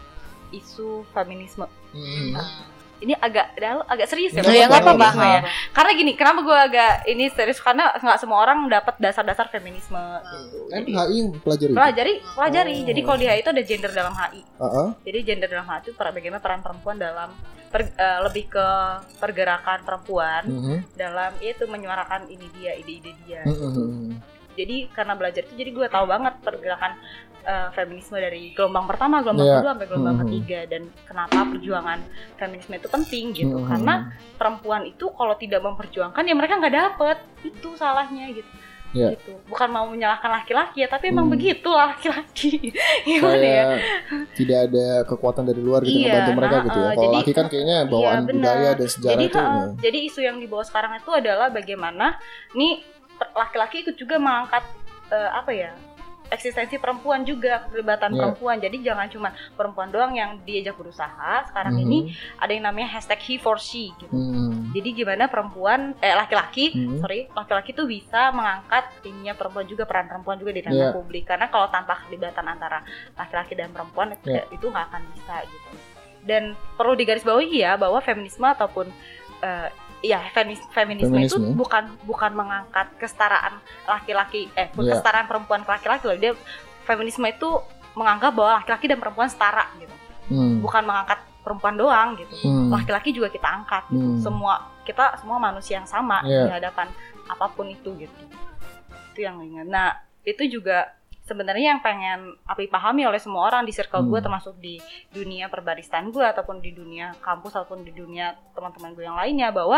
isu feminisme. Mm-hmm. Uh, ini agak agak serius ya, ya nggak apa-apa ya. Karena gini, kenapa gue agak ini serius karena nggak semua orang dapat dasar-dasar feminisme. Gitu. Kan H I pelajari. Pelajari, pelajari. Oh. Jadi kalau di H I itu ada gender dalam H I. Uh-huh. Jadi gender dalam H I itu bagaimana peran perempuan dalam per, uh, lebih ke pergerakan perempuan uh-huh. dalam itu menyuarakan ini dia, ide-ide dia. Uh-huh. Jadi karena belajar itu, jadi gue tahu banget pergerakan uh, feminisme dari gelombang pertama, gelombang yeah. kedua sampai gelombang mm-hmm. ketiga, dan kenapa perjuangan feminisme itu penting gitu. Mm-hmm. Karena perempuan itu kalau tidak memperjuangkan ya mereka nggak dapet, itu salahnya gitu. Yeah. Gitu. Bukan mau menyalahkan laki-laki ya, tapi emang mm. begitu laki-laki. Gimana ya? Tidak ada kekuatan dari luar gitu yeah, membantu mereka nah, gitu ya. Kalau laki kan kayaknya bawaan iya, budaya dan sejarah jadi, itu. Uh, ya. Jadi isu yang dibawa sekarang itu adalah bagaimana nih laki-laki ikut juga mengangkat uh, apa ya eksistensi perempuan juga, keterlibatan yeah. perempuan. Jadi jangan cuma perempuan doang yang diajak berusaha. Sekarang mm-hmm. ini ada yang namanya hashtag he for she gitu. Mm. Jadi gimana perempuan eh laki-laki mm-hmm. sorry laki-laki tuh bisa mengangkat ininya perempuan juga, peran perempuan juga di ranah yeah. publik. Karena kalau tanpa keterlibatan antara laki-laki dan perempuan yeah. itu nggak akan bisa gitu. Dan perlu digarisbawahi ya bahwa feminisme ataupun uh, ya feminis, feminisme, feminisme itu bukan bukan mengangkat kesetaraan laki-laki eh yeah. kesetaraan perempuan ke laki-laki loh. Dia feminisme itu menganggap bahwa laki-laki dan perempuan setara gitu. Hmm. Bukan mengangkat perempuan doang gitu. Hmm. Laki-laki juga kita angkat gitu. Hmm. Semua kita semua manusia yang sama yeah. di hadapan apapun itu gitu. Itu yang ingat. Nah, itu juga sebenarnya yang pengen Api pahami oleh semua orang di circle hmm. gue, termasuk di dunia perbaristan gue ataupun di dunia kampus ataupun di dunia teman-teman gue yang lainnya, bahwa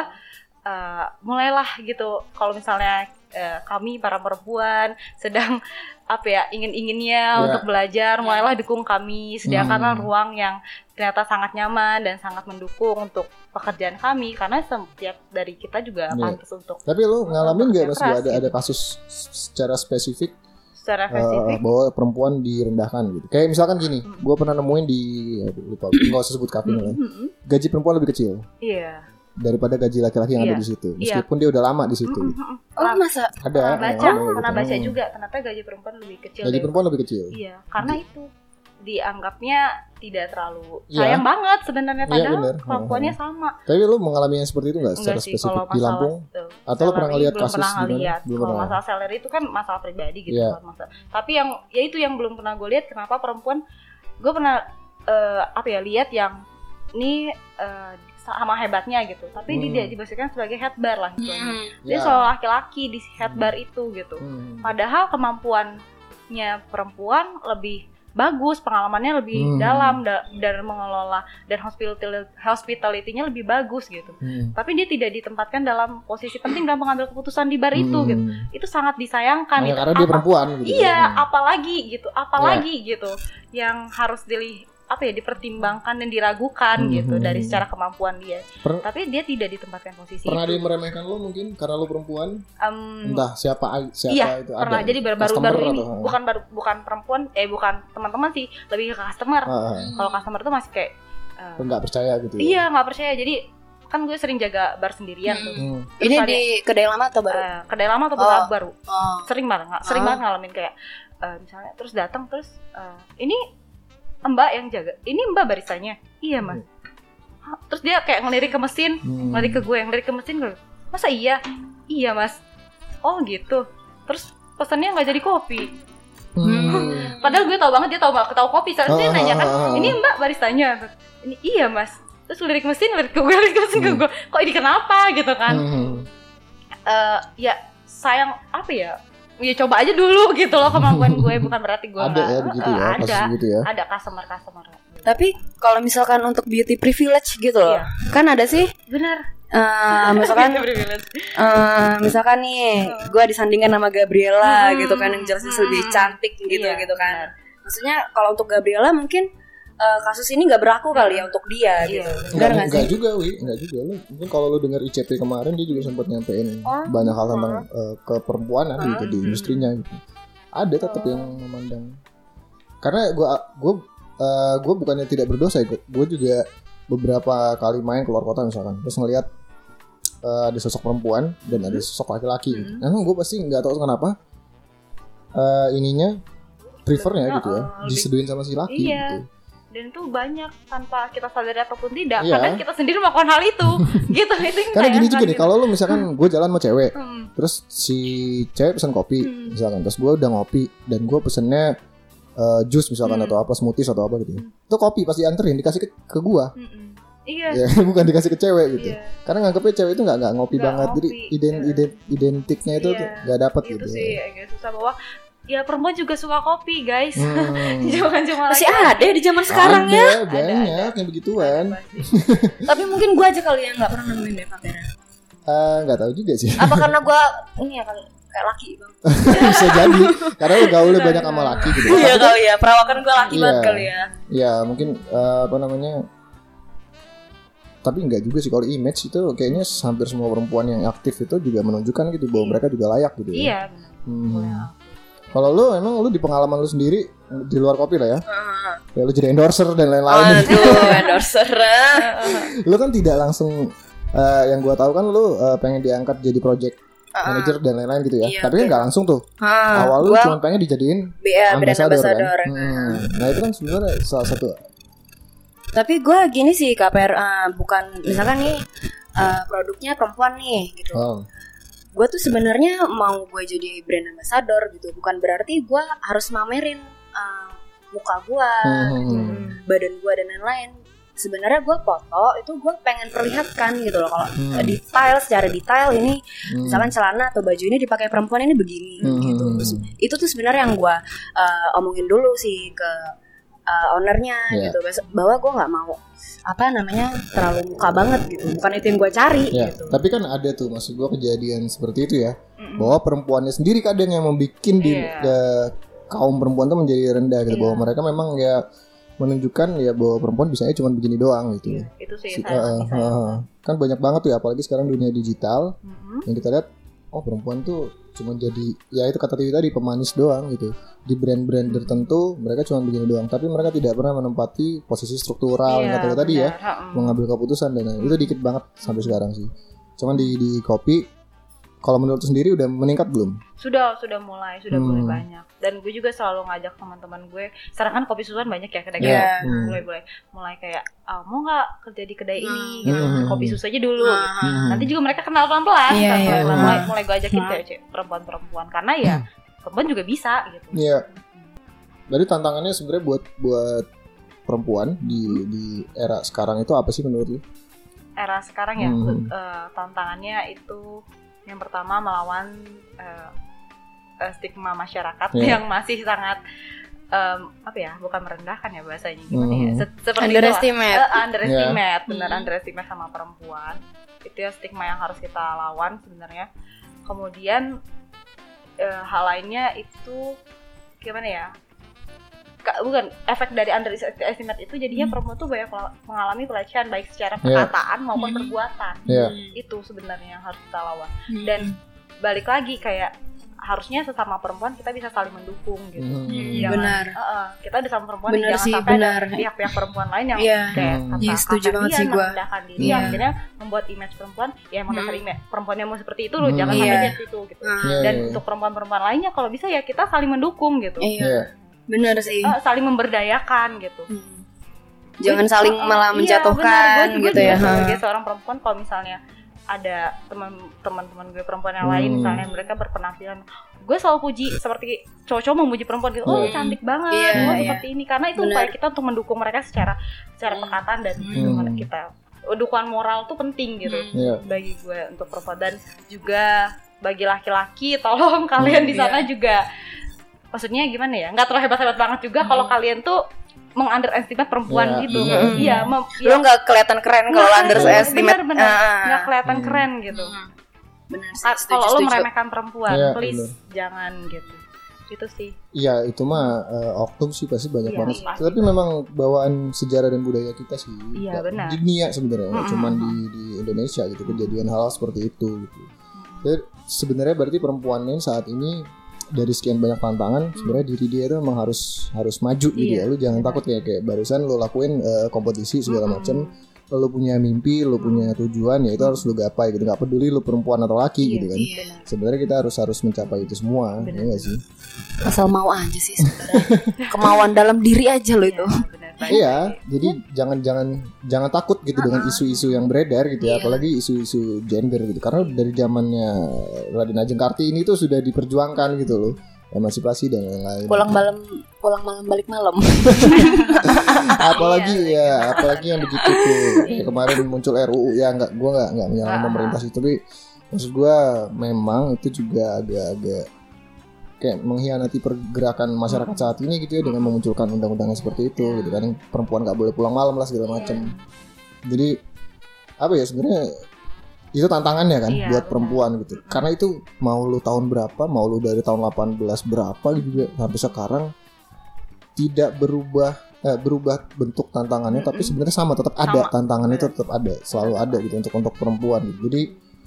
uh, mulailah gitu kalau misalnya uh, kami para perempuan sedang apa ya ingin-inginnya yeah. untuk belajar, mulailah dukung kami, sediakanlah hmm. ruang yang ternyata sangat nyaman dan sangat mendukung untuk pekerjaan kami, karena setiap dari kita juga yeah. pantas untuk. Tapi lu ngalamin nggak mas ada ada kasus secara spesifik secara spesifik uh, bahwa perempuan direndahkan gitu? Kayak misalkan gini, mm-hmm. gue pernah nemuin di aduh, lupa, nggak usah sebut kafe mm-hmm. gaji perempuan lebih kecil yeah. daripada gaji laki-laki yang yeah. ada di situ, meskipun yeah. dia udah lama di situ. Mm-hmm. Oh masa? Ada. Pernah baca, ya, pernah baca gitu. Juga ternyata gaji perempuan lebih kecil. Gaji perempuan lebih kecil. Iya, karena gitu. Itu dianggapnya tidak terlalu sayang ya. Banget sebenarnya, padahal ya, kemampuannya sama. Tapi lu mengalami yang seperti itu nggak secara sih, spesifik di Lampung? Tuh, atau lu pernah ngeliat kasus di mana? Kalau masalah salary itu kan masalah pribadi gitu yeah. kan masalah. Tapi yang ya itu yang belum pernah gue lihat, kenapa perempuan, gue pernah uh, apa ya lihat yang ini uh, sama hebatnya gitu, tapi hmm. dia dibersihkan sebagai head bar lah gitu. Hmm. Dia yeah. soal laki-laki di head bar itu gitu. Hmm. Padahal kemampuannya perempuan lebih bagus, pengalamannya lebih hmm. dalam da- dan mengelola dan hospitality hospitality-nya lebih bagus gitu. Hmm. Tapi dia tidak ditempatkan dalam posisi penting dalam mengambil keputusan di bar hmm. itu gitu. Itu sangat disayangkan. Nah, gitu. Karena dia Apa, perempuan gitu. Iya, hmm. apalagi gitu, apalagi yeah. gitu yang harus dilihat apa ya dipertimbangkan dan diragukan hmm. gitu dari secara kemampuan dia. Per- Tapi dia tidak ditempatkan posisi pernah itu. Pernah dia meremehkan lo mungkin karena lo perempuan? Um, Entah siapa siapa iya, itu pernah. ada. Jadi baru baru ini atau? bukan baru bukan perempuan eh bukan teman-teman sih, lebih ke customer. Ah, Kalau customer tuh masih kayak uh, nggak percaya gitu. Ya? Iya, nggak percaya. Jadi kan gue sering jaga bar sendirian hmm. tuh. Hmm. Ini di kedai lama atau baru? Uh, kedai lama atau oh. baru? Oh. Sering banget, nggak sering oh. banget ngalamin kayak uh, misalnya terus datang terus uh, ini Mbak yang jaga, ini Mbak barisannya, iya mas. Hmm. Terus dia kayak ngelirik ke mesin, hmm. ngelirik ke gue, yang ngelirik ke mesin gue, masa iya, iya mas. Oh gitu. Terus pesannya nggak jadi kopi. Hmm. Padahal gue tau banget dia tau tahu kopi. Soalnya dia nanya kan, ini Mbak barisannya, ini iya mas. Terus lirik mesin, lirik ke gue, lirik ke mesin hmm. ke gue, kok ini kenapa gitu kan? Hmm. Uh, ya sayang apa ya? Ya coba aja dulu gitu loh kemampuan gue, bukan berarti gue ada gak, ya begitu uh, ya, ada, kasus gitu ya. Ada customer-customer. Tapi kalau misalkan untuk beauty privilege gitu loh, iya. kan ada sih. Benar. Uh, misalkan, uh, misalkan nih, gue disandingkan sama Gabriela hmm, gitu kan, yang jelas hmm, lebih cantik gitu iya, gitu kan. Benar. Maksudnya kalau untuk Gabriela mungkin uh, kasus ini nggak berlaku kali ya untuk dia iya, gitu. Enggak, enggak, enggak juga, Wi, enggak juga. Lu mungkin kalau lu dengar I C P kemarin dia juga sempat nyampein oh, banyak hal tentang oh. uh, keperempuanan oh. gitu di industrinya gitu. Ada tetap oh. yang memandang. Karena gue gue uh, gue bukannya tidak berdosa, gue juga beberapa kali main keluar kota misalkan, terus ngelihat uh, ada sosok perempuan dan ada sosok laki-laki. Gitu. Nah, gue pasti nggak tahu kenapa uh, ininya prefernya gitu ya, oh, diseduin sama si laki iya. gitu. Dan itu banyak tanpa kita sadari ataupun tidak, iya. karena kita sendiri melakukan hal itu, gitu. Itu karena gini juga nih, kalau lu misalkan gue jalan sama cewek, hmm. terus si cewek pesen kopi, hmm. misalkan, terus gue udah ngopi dan gue pesennya uh, jus misalkan hmm. atau apa, smoothies atau apa gitu, hmm. itu kopi pasti anterin dikasih ke, ke gue. Hmm. Iya. Ya, bukan dikasih ke cewek gitu. Iya. Karena nganggepnya cewek itu nggak nggak ngopi gak banget, ngopi. Jadi ident, ident, identiknya itu iya. nggak dapet itu gitu. Itu sih agak susah bahwa ya perempuan juga suka kopi guys. Hmm. Jangan cuma masih ada di zaman sekarang ada, ya. Banyak ada, ada. yang begituan. Tapi mungkin gue aja kali yang nggak pernah nemuin deh Kapera. Nggak uh, tahu juga sih. Apa karena gue ini ya kali kayak laki bang. Bisa jadi karena lu gaulnya banyak sama laki gitu. Iya kali ya, perawakan gue laki iya, banget kali ya. Iya mungkin uh, apa namanya. Tapi enggak juga sih, kalau image itu kayaknya hampir semua perempuan yang aktif itu juga menunjukkan gitu bahwa mereka juga layak gitu ya. Iya. Hmm. Kalau lu emang lu di pengalaman lu sendiri di luar kopi lah ya. Uh. Ya lu jadi endorser dan lain-lain. Aduh, endorser. Lu kan tidak langsung uh, yang gua tahu kan lu uh, pengen diangkat jadi project uh. manager dan lain-lain gitu ya. Iya, tapi kan enggak langsung tuh. Uh, Awal lu cuma pengen dijadiin B A, ambassador, ambassador kan. Hmm. Nah, itu kan sebenarnya salah satu. Tapi gue gini sih K P R, uh, bukan misalkan nih uh, produknya perempuan nih gitu. Oh. Gue tuh sebenarnya mau gue jadi brand ambassador gitu, bukan berarti gue harus mamerin uh, muka gue, hmm. badan gue dan lain-lain. Sebenarnya gue foto itu gue pengen perlihatkan gitu loh kalau hmm. detail secara detail ini, hmm. misalkan celana atau baju ini dipakai perempuan ini begini hmm. gitu. Terus, itu tuh sebenarnya yang gue uh, omongin dulu sih ke Uh, ownernya yeah. gitu, bahwa gue nggak mau apa namanya terlalu muka banget gitu, bukan itu yang gue cari yeah. gitu. Tapi kan ada tuh maksud gue kejadian seperti itu ya, mm-hmm. bahwa perempuannya sendiri kadang yang membikin di yeah. ya, kaum perempuan tuh menjadi rendah gitu, yeah. bahwa mereka memang ya menunjukkan ya bahwa perempuan bisanya cuma begini doang gitu. Yeah, itu sih. Si, uh, uh, uh, kan banyak banget tuh ya, apalagi sekarang dunia digital mm-hmm. yang kita lihat, oh perempuan tuh cuma jadi ya itu kata Tiwi tadi pemanis doang gitu. Di brand-brand tertentu mereka cuma begini doang, tapi mereka tidak pernah menempati posisi struktural yang kata tadi ya, hmm. mengambil keputusan dan hmm. itu dikit banget sampai sekarang sih. Cuman di di kopi, kalau menurut sendiri udah meningkat belum? Sudah, sudah mulai, sudah hmm. mulai banyak. Dan gue juga selalu ngajak teman-teman gue. Sekarang kan kopi susuan banyak ya kedai-kedai. Yeah. Hmm. Mulai mulai mulai kayak oh, mau nggak kerja di kedai hmm. ini? Gitu. Hmm. Kopi susu aja dulu. Hmm. Gitu. Nanti juga mereka kenal pelan-pelan. Yeah, yeah. Mulai mulai gue ajakin cewek-cewek perempuan-perempuan karena ya perempuan juga bisa gitu. Iya. Yeah. Jadi tantangannya sebenarnya buat buat perempuan di di era sekarang itu apa sih menurut lu? Era sekarang ya hmm. uh, tantangannya itu yang pertama melawan uh, uh, stigma masyarakat yeah. yang masih sangat um, apa ya, bukan merendahkan ya bahasanya gimana mm. ya Se- seperti underestimate uh, underestimate yeah. benar mm. underestimate sama perempuan. Itu ya stigma yang harus kita lawan sebenarnya. Kemudian uh, hal lainnya itu gimana ya, bukan efek dari underestimate itu jadinya hmm. perempuan tuh banyak mengalami pelecehan baik secara perkataan yeah. maupun hmm. perbuatan yeah. itu sebenarnya yang harus kita lawan hmm. dan balik lagi kayak harusnya sesama perempuan kita bisa saling mendukung gitu. Hmm. Jangan, benar. Uh, uh, kita ada sama perempuan benar jangan sih, sampai benar. ada pihak-pihak perempuan lain yang yeah. kayak hmm. kata yeah, setuju banget sih gue. merendahkan diri yeah. akhirnya membuat image perempuan ya emang dasar hmm. image perempuan yang mau seperti itu loh hmm. jangan yeah. sampai yeah. situ gitu. Hmm. Yeah, dan yeah. untuk perempuan-perempuan lainnya kalau bisa ya kita saling mendukung gitu. Yeah. Yeah. Benar sih. Uh, saling memberdayakan gitu. Hmm. Jangan gue, saling malah iya, menjatuhkan benar. Gue, gitu gue ya. Sebagai seorang perempuan kalau misalnya ada teman-teman gue perempuan yang lain hmm. misalnya mereka berpenampilan, gue selalu puji seperti cowok-cowok memuji perempuan gitu. Oh, hmm. cantik banget. Yeah, oh, yeah. seperti ini karena itu upaya kita untuk mendukung mereka secara secara hmm. perkataan dan hmm. dukungan kita. Dukungan moral tuh penting gitu. Hmm. Yeah. Bagi gue untuk perempuan dan juga bagi laki-laki tolong kalian di sana yeah. juga maksudnya gimana ya nggak terlalu hebat-hebat banget juga hmm. kalau kalian tuh meng-underestimate perempuan yeah, gitu iya iya mem- lo nggak kelihatan keren kalau underestimate bener-bener nggak uh, kelihatan hmm. keren gitu bener kalau lo meremehkan perempuan yeah, please bener. Jangan gitu itu sih iya itu mah uh, oknum sih pasti banyak yeah, banget iya. Tapi memang bawaan sejarah dan budaya kita sih iya, benar. Di dunia sebenarnya mm-hmm. cuman di di Indonesia gitu kejadian hal seperti itu gitu. Jadi sebenarnya berarti perempuan ini saat ini dari sekian banyak tantangan hmm. sebenarnya diri dia itu memang harus harus maju iya, gitu ya. Lu jangan bener. Takut ya kayak barusan lu lakuin uh, kompetisi segala hmm. macam. Lu punya mimpi, lu punya tujuan ya itu harus lu gapai gitu. Enggak peduli lu perempuan atau laki iya, gitu kan. Iya. Sebenarnya kita harus harus mencapai itu semua, bener. Ya enggak sih? Asal mau aja sih sebenarnya. Kemauan dalam diri aja lo itu. Iya, jadi jangan jangan jangan takut gitu uh-huh. dengan isu-isu yang beredar gitu ya, yeah. apalagi isu-isu gender gitu. Karena dari zamannya Raden Ajeng Kartini itu sudah diperjuangkan gitu loh, emansipasi dan lain-lain. Pulang malam, pulang malam balik malam. apalagi ya, apalagi yang begitu tuh. Kayak kemarin muncul R U U ya, nggak, gue nggak nggak menyalahkan uh-huh. pemerintah sih, tapi maksud gue memang itu juga agak-agak kayak mengkhianati pergerakan masyarakat saat ini gitu ya dengan memunculkan undang-undang yang seperti itu gitu kan, perempuan nggak boleh pulang malam lah segala macam. Jadi apa ya sebenarnya itu tantangannya kan iya, buat perempuan gitu. Karena itu mau lu tahun berapa, mau lu dari tahun delapan belas berapa juga sampai sekarang tidak berubah eh, berubah bentuk tantangannya, mm-hmm. tapi sebenarnya sama tetap ada sama. Tantangannya itu tetap ada, selalu ada gitu untuk untuk perempuan gitu. Jadi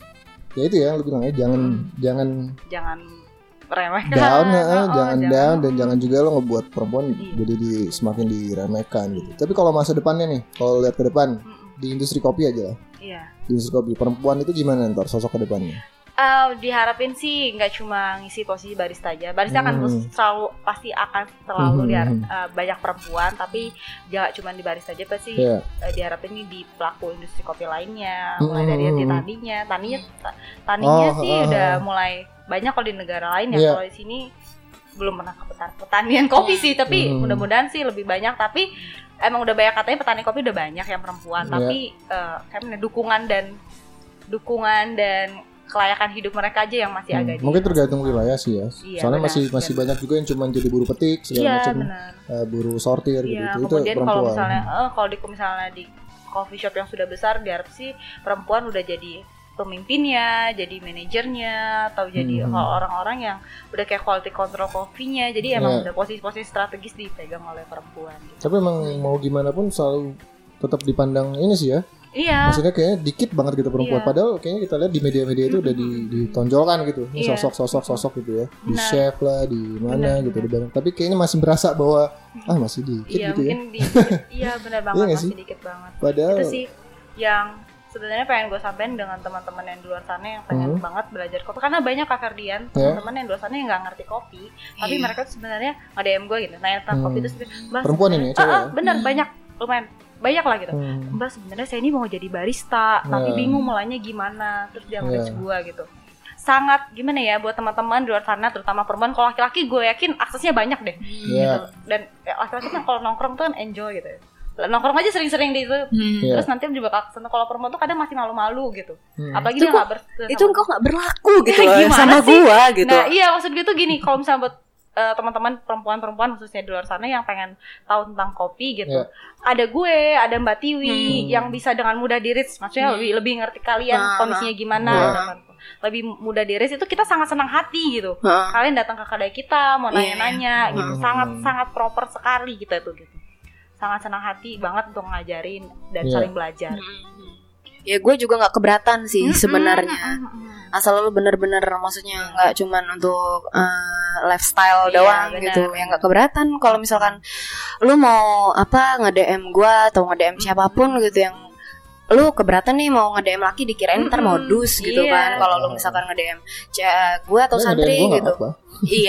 ya itu ya lu bilang ya jangan hmm. jangan jangan remehkan down, ya, oh, jangan, jangan down dan jangan juga lo ngebuat perempuan iya. jadi di, semakin diremehkan gitu. Tapi kalau masa depannya nih, kalau lihat ke depan mm-mm. di industri kopi aja lah. Iya. Di industri kopi perempuan itu gimana ntar sosok ke depannya? Uh, diharapin sih nggak cuma ngisi posisi barista aja. Barista hmm. akan selalu pasti akan selalu hmm. diharap, uh, banyak perempuan, tapi jangan cuma di barista aja pasti yeah. uh, diharapin nih di pelaku industri kopi lainnya, hmm. mulai dari hati taninya, taninya taninya oh, sih uh, udah uh. mulai banyak kalau di negara lain ya. Yeah. Kalau di sini belum pernah ke pertanian kopi sih, tapi hmm. mudah-mudahan sih lebih banyak. Tapi emang udah banyak katanya petani kopi udah banyak yang perempuan, yeah. tapi uh, kayaknya dukungan dan dukungan dan kelayakan hidup mereka aja yang masih hmm. agak mungkin tergantung wilayah sih ya. Iya, soalnya benar, masih masih benar. Banyak juga yang cuma jadi buruh petik segala iya, macam, uh, buruh sortir iya, gitu. Itu kemudian kalau misalnya uh, kalau di misalnya di coffee shop yang sudah besar, diharap sih perempuan udah jadi pemimpinnya, jadi manajernya, atau jadi hmm. kalau orang-orang yang udah kayak quality control kopinya, jadi emang yeah. udah posisi-posisi strategis dipegang oleh perempuan. Gitu. Tapi emang mau gimana pun selalu tetap dipandang ini sih ya. Iya. Maksudnya kayaknya dikit banget gitu perempuan. Iya. Padahal kayaknya kita lihat di media-media itu udah ditonjolkan gitu. Ini iya. sosok-sosok-sosok gitu ya. Di nah. chef lah, di mana benar, gitu di barang. Tapi kayaknya masih berasa bahwa ah masih dikit iya, gitu ya. Di, iya benar banget iya masih dikit banget. Padahal itu sih yang sebenarnya pengen gue sampein dengan teman-teman yang di luar sana yang pengen hmm. banget belajar kopi, karena banyak Kak Ferdian teman-teman yeah. yang di luar sana yang nggak ngerti kopi, yeah. tapi mereka tuh sebenarnya nge-D M gue gitu, nanya tentang hmm. kopi itu perempuan ini ya, cewek ah, ah, bener hmm. banyak lumayan banyak lah gitu. Hmm. Mbak sebenarnya saya ini mau jadi barista, yeah. tapi bingung mulainya gimana, terus dia nge-reach yeah. gue gitu. Sangat gimana ya buat teman-teman di luar sana, terutama perempuan. Kalau laki-laki gue yakin aksesnya banyak deh, yeah. gitu. Dan ya, laki-laki kan kalau nongkrong tuh kan enjoy gitu ya. Nongkrong aja sering-sering di itu, hmm. terus nanti juga kesana. Kalau perempuan tuh kadang masih malu-malu gitu, hmm. apalagi itu dia nggak ber itu kok nggak berlaku gitu loh sama sih? Gua gitu. Nah iya maksud gue tuh gini, kalau misalnya buat uh, teman-teman perempuan-perempuan khususnya di luar sana yang pengen tahu tentang kopi gitu, yeah. ada gue, ada Mbak Tiwi hmm. yang bisa dengan mudah di-reach, maksudnya hmm. lebih lebih ngerti kalian nah, kondisinya gimana, nah. lebih mudah di-reach, itu kita sangat senang hati gitu. Nah. Kalian datang ke kedai kita mau nanya-nanya yeah. gitu, hmm. sangat sangat proper sekali kita tuh gitu. Sangat senang hati banget untuk ngajarin dan yeah. saling belajar. Mm-hmm. Ya gue juga nggak keberatan sih mm-hmm. sebenarnya, mm-hmm. asal lu bener-bener maksudnya nggak cuman untuk uh, lifestyle yeah, doang bener. Gitu, yang nggak keberatan. Kalau misalkan lu mau apa nge-D M gue atau nge-D M siapapun gitu yang lu keberatan nih mau nge-D M laki dikirain mm-hmm. ntar modus gitu yeah. kan. Kalau lu misalkan nge-D M cewek gue atau nah, santri gitu, iya.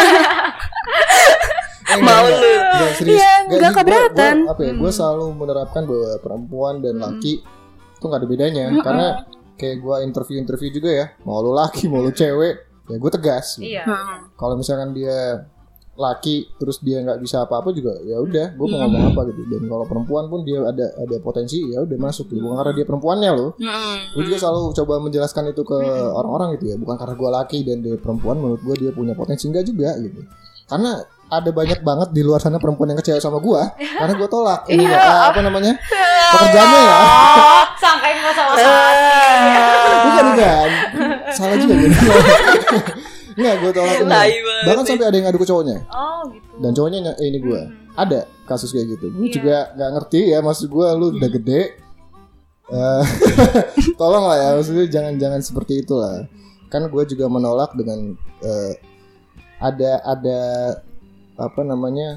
Eh, mau lu ya nggak keberatan. Apa ya, gue selalu menerapkan bahwa perempuan dan laki hmm. itu nggak ada bedanya, hmm. karena kayak gue interview-interview juga ya, mau lu laki mau lu cewek ya gue tegas gitu. Iya. Kalau misalkan dia laki terus dia nggak bisa apa-apa juga ya udah gue mau ngomong apa gitu. Dan kalau perempuan pun dia ada ada potensi ya udah masuk gitu. Bukan karena dia perempuannya loh. Gue juga selalu coba menjelaskan itu ke orang-orang gitu ya. Bukan karena gue laki dan dia perempuan menurut gue dia punya potensi, enggak juga gitu. Karena ada banyak banget di luar sana perempuan yang kecewa sama gue karena gue tolak ini ya, apa namanya pekerjaannya ya. Sangkain masalah bukan bukan salah juga gitu. Nggak, gue tolak ini. Bahkan sampai ada yang ngadu ke cowoknya. Oh gitu. Dan cowoknya eh, ini gue hmm. ada kasus kayak gitu. Gue yeah. juga nggak ngerti ya, maksud gue lu udah gede. Uh, tolong lah ya, maksudnya jangan-jangan seperti itulah. Kan gue juga menolak dengan uh, ada ada apa namanya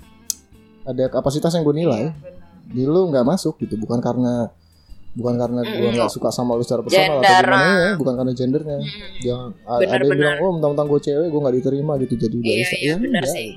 ada kapasitas yang gue nilai. Di lu nggak masuk gitu, bukan karena bukan karena gue nggak suka sama lu secara personal atau gimana ya, bukan karena gendernya. Mm. Jangan bener, ada yang bener. bilang oh mentang-mentang gue cewek gue nggak diterima gitu jadi barista. Iya, iya, ya benar sih.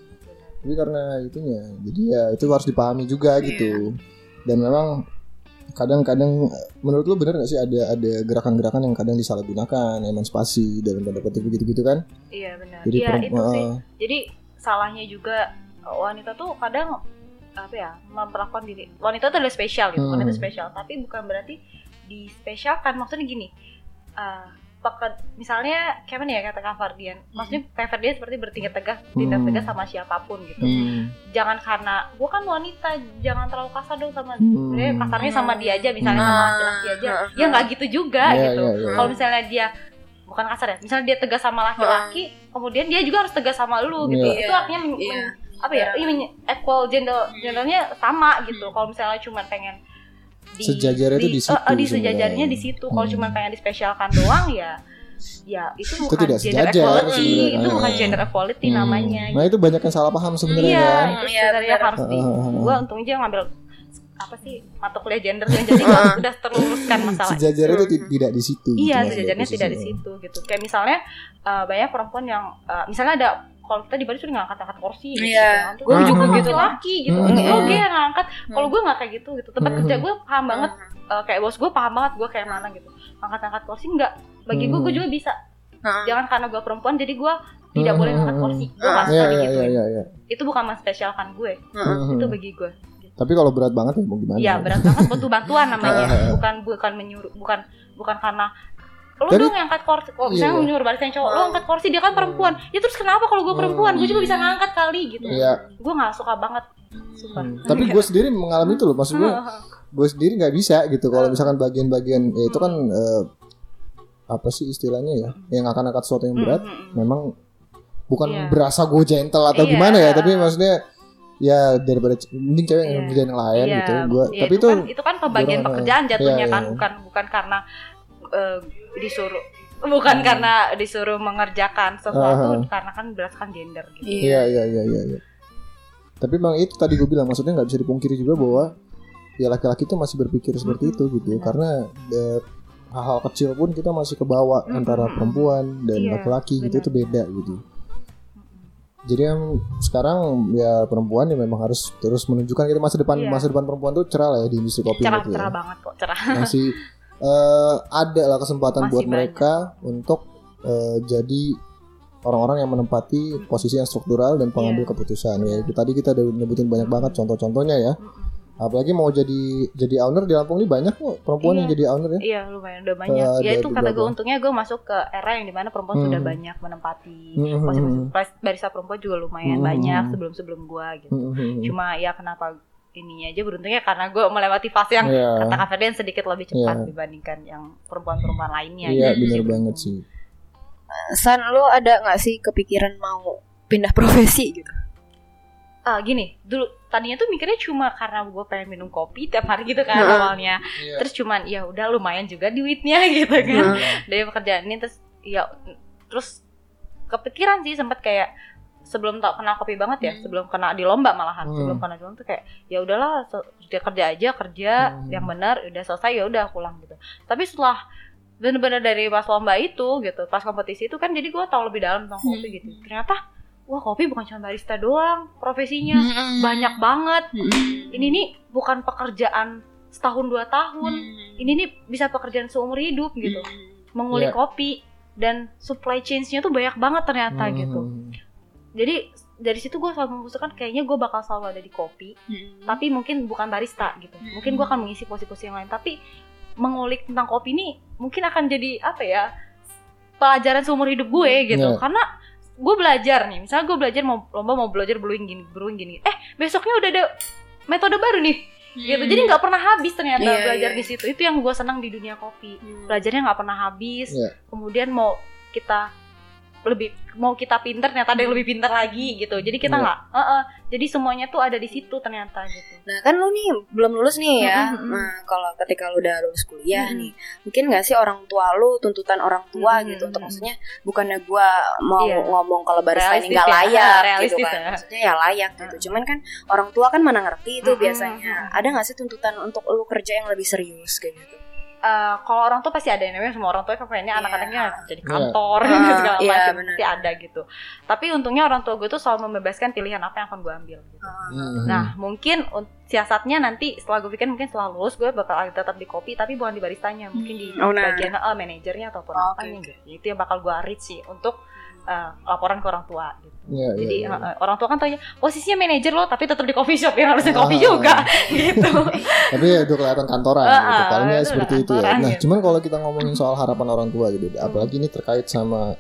Tapi karena itunya, jadi ya itu harus dipahami juga yeah. gitu. Dan memang kadang-kadang menurut lu benar nggak sih ada ada gerakan-gerakan yang kadang disalahgunakan, emansipasi dalam tanda petik gitu-gitu kan? Iya benar. Iya itu uh, sih. Jadi salahnya juga wanita tuh kadang apa ya memperlakukan diri wanita itu adalah spesial gitu, hmm. wanita spesial, tapi bukan berarti dispesialkan. Maksudnya gini, uh, peke, misalnya kayak mana ya kata Kak Fardian, maksudnya Kak Fardian seperti bertindak tegas, bertindak tegas sama siapapun gitu. Hmm. Jangan karena gue kan wanita, jangan terlalu kasar dong sama, hmm. kasarnya sama dia aja, misalnya sama laki-laki aja, hmm. ya nggak gitu juga yeah, gitu. Yeah, yeah. Kalau misalnya dia bukan kasar ya, misalnya dia tegas sama laki-laki, hmm. kemudian dia juga harus tegas sama lu gitu. Yeah. Itu artinya men- yeah. men- apa ya, ini equal gender gendernya sama gitu. Kalau misalnya cuma pengen di sejajarnya itu di situ, uh, di sejajarnya di situ. Kalau hmm. cuma pengen dispesialkan doang ya, ya itu bukan itu gender equality, itu bukan gender equality hmm. namanya. Nah itu banyak yang salah paham sebenarnya. Iya, kan? itu sebenarnya harus di. Gua untungnya ngambil apa sih mata kuliah gender yang jadi gua udah terluruskan masalah. Sejajarnya itu t- tidak di situ. Iya, gitu, sejajarnya tidak di situ gitu. Kayak misalnya uh, banyak perempuan yang uh, misalnya ada kalau kita di Bali sudah ngangkat-ngangkat kursi gitu. Iya. Gue juga gitu laki gitu. Lo gue yang ngangkat. Kalau gue nggak kayak gitu gitu. Tempat kerja gue paham banget. Uh, kayak bos gue paham banget gue kayak mana gitu. Ngangkat-ngangkat kursi enggak. Bagi gue gue juga bisa. Jangan karena gue perempuan jadi gue tidak boleh ngangkat kursi. Gue nggak suka gitu. Itu bukan menspesialkan gue. Itu bagi gue. Tapi kalau berat banget ya mau gimana? Iya berat banget, butuh bantuan namanya. Bukan bukan menyuruh, bukan bukan karena lu Dari, dong yang angkat kursi, oh, misalnya iya. nyuruh barista yang cowok, lu angkat kursi, dia kan perempuan. Ya terus kenapa kalau gue perempuan, gue juga bisa ngangkat kali gitu. Iya. Gue nggak suka banget, sumpah. Hmm. Tapi gue sendiri mengalami itu loh, maksud gue, gue sendiri nggak bisa gitu. Kalau misalkan bagian-bagian, ya itu kan uh, apa sih istilahnya ya, yang akan angkat sesuatu yang berat, memang bukan yeah. berasa gue gentle atau yeah. gimana ya, tapi maksudnya ya daripada mending cewek yang kerjaan yang lain yeah. gitu. Gua, yeah, tapi itu, itu kan, itu kan pembagian dorong, pekerjaan jatuhnya yeah, kan, yeah. bukan bukan karena uh, disuruh bukan hmm. karena disuruh mengerjakan sesuatu uh-huh. karena kan berdasarkan gender gitu. Iya iya iya iya. Ya. Tapi memang itu tadi gue bilang, maksudnya nggak bisa dipungkiri juga bahwa ya laki-laki itu masih berpikir seperti itu gitu, hmm. karena de, hal-hal kecil pun kita masih kebawa hmm. antara perempuan dan yeah, laki-laki benar. Gitu itu beda gitu. Jadi yang sekarang ya perempuan ya memang harus terus menunjukkan kita masa depan yeah. masa depan perempuan tuh cerah lah ya di industri kopi cerah, gitu. Cerah ya. banget kok, cerah. Masih uh, ada lah kesempatan masih buat banyak. Mereka untuk uh, jadi orang-orang yang menempati posisi yang struktural dan pengambil yeah. keputusan. Ya itu tadi kita udah nyebutin banyak banget contoh-contohnya ya. Apalagi mau jadi jadi owner di Lampung ini banyak kok perempuan iya. yang jadi owner ya. Iya lumayan udah banyak. Uh, ya itu kata gue untungnya gue masuk ke era yang dimana perempuan hmm. sudah banyak menempati hmm. posisi barista perempuan juga lumayan hmm. banyak sebelum-sebelum gue gitu. Hmm. Cuma ya kenapa ininya aja beruntungnya karena gue melewati fase yang yeah. kata Kak Ferdian sedikit lebih cepat yeah. dibandingkan yang perempuan-perempuan lainnya. Iya gitu. Benar banget sih. San, lo ada nggak sih kepikiran mau pindah profesi gitu? Ah gini, dulu tadinya tuh mikirnya cuma karena gue pengen minum kopi tiap hari gitu kan hmm. awalnya. Yeah. Terus cuman ya udah lumayan juga duitnya gitu kan. Hmm. Dari pekerjaan ini terus ya terus kepikiran sih sempat kayak sebelum tau kenal kopi banget ya, hmm. sebelum kena di lomba malahan, hmm. sebelum kena di lomba tuh kayak ya udahlah dia kerja aja kerja hmm. yang benar udah selesai ya udah pulang gitu. Tapi setelah benar-benar dari pas lomba itu gitu, pas kompetisi itu kan jadi gue tahu lebih dalam tentang kopi hmm. gitu. Ternyata wah kopi bukan cuma barista doang profesinya, mm-hmm. banyak banget. Mm-hmm. Ini nih bukan pekerjaan setahun dua tahun, mm-hmm. ini nih bisa pekerjaan seumur hidup gitu, mm-hmm. mengulik yeah. kopi dan supply chains-nya tuh banyak banget ternyata mm-hmm. gitu. jadi dari situ gue selalu memutuskan kayaknya gue bakal selalu ada di kopi, hmm. tapi mungkin bukan barista gitu. Hmm. Mungkin gue akan mengisi posisi-posisi yang lain. Tapi mengulik tentang kopi ini mungkin akan jadi apa ya, pelajaran seumur hidup gue gitu. Yeah. Karena gue belajar nih, misalnya gue belajar mau lomba mau belajar brewing gini, brewing gini. Eh besoknya udah ada metode baru nih. Hmm. Gitu. Jadi nggak pernah habis ternyata yeah, belajar yeah. di situ. Itu yang gue senang di dunia kopi. Hmm. Belajarnya nggak pernah habis. Yeah. Kemudian mau kita lebih mau kita pinter ternyata ada yang lebih pinter lagi gitu. Jadi kita nggak yeah. uh-uh. jadi semuanya tuh ada di situ ternyata gitu. Nah kan lu nih belum lulus nih ya. Mm-hmm. Nah kalau ketika lu udah lulus kuliah mm-hmm. nih, mungkin nggak sih orang tua lu, tuntutan orang tua mm-hmm. gitu untuk maksudnya bukannya gua mau yeah. ngomong kalau barista ini nggak layak ya, gitu kan. Ya. Maksudnya ya layak mm-hmm. gitu. Cuman kan orang tua kan mana ngerti itu mm-hmm. biasanya. Ada nggak sih tuntutan untuk lu kerja yang lebih serius kayak gitu? Uh, kalau orang tua pasti ada, namanya semua orang tua kan pengennya yeah. anak-anaknya jadi kantor yeah. uh, segala yeah, macam pasti ada gitu. Tapi untungnya orang tua gue tuh selalu membebaskan pilihan apa yang akan gue ambil gitu. Uh. Nah mungkin un- siasatnya nanti setelah gue pikir mungkin setelah lulus gue bakal tetap di kopi tapi bukan di baristanya, mungkin di oh, nah. bagian uh, manajernya ataupun oh, apa okay. gitu. Itu yang bakal gue reach sih untuk uh, laporan ke orang tua gitu. Yeah, jadi yeah, yeah. Uh, orang tua kan tanya posisinya manajer lo tapi tetap di coffee shop yang harusnya kopi ah, juga gitu. Tapi ya udah kelihatan kantoran uh, gitu. Palingnya uh, seperti itu ya. Nah, gitu. Cuman kalau kita ngomongin soal harapan orang tua gitu, apalagi ini terkait sama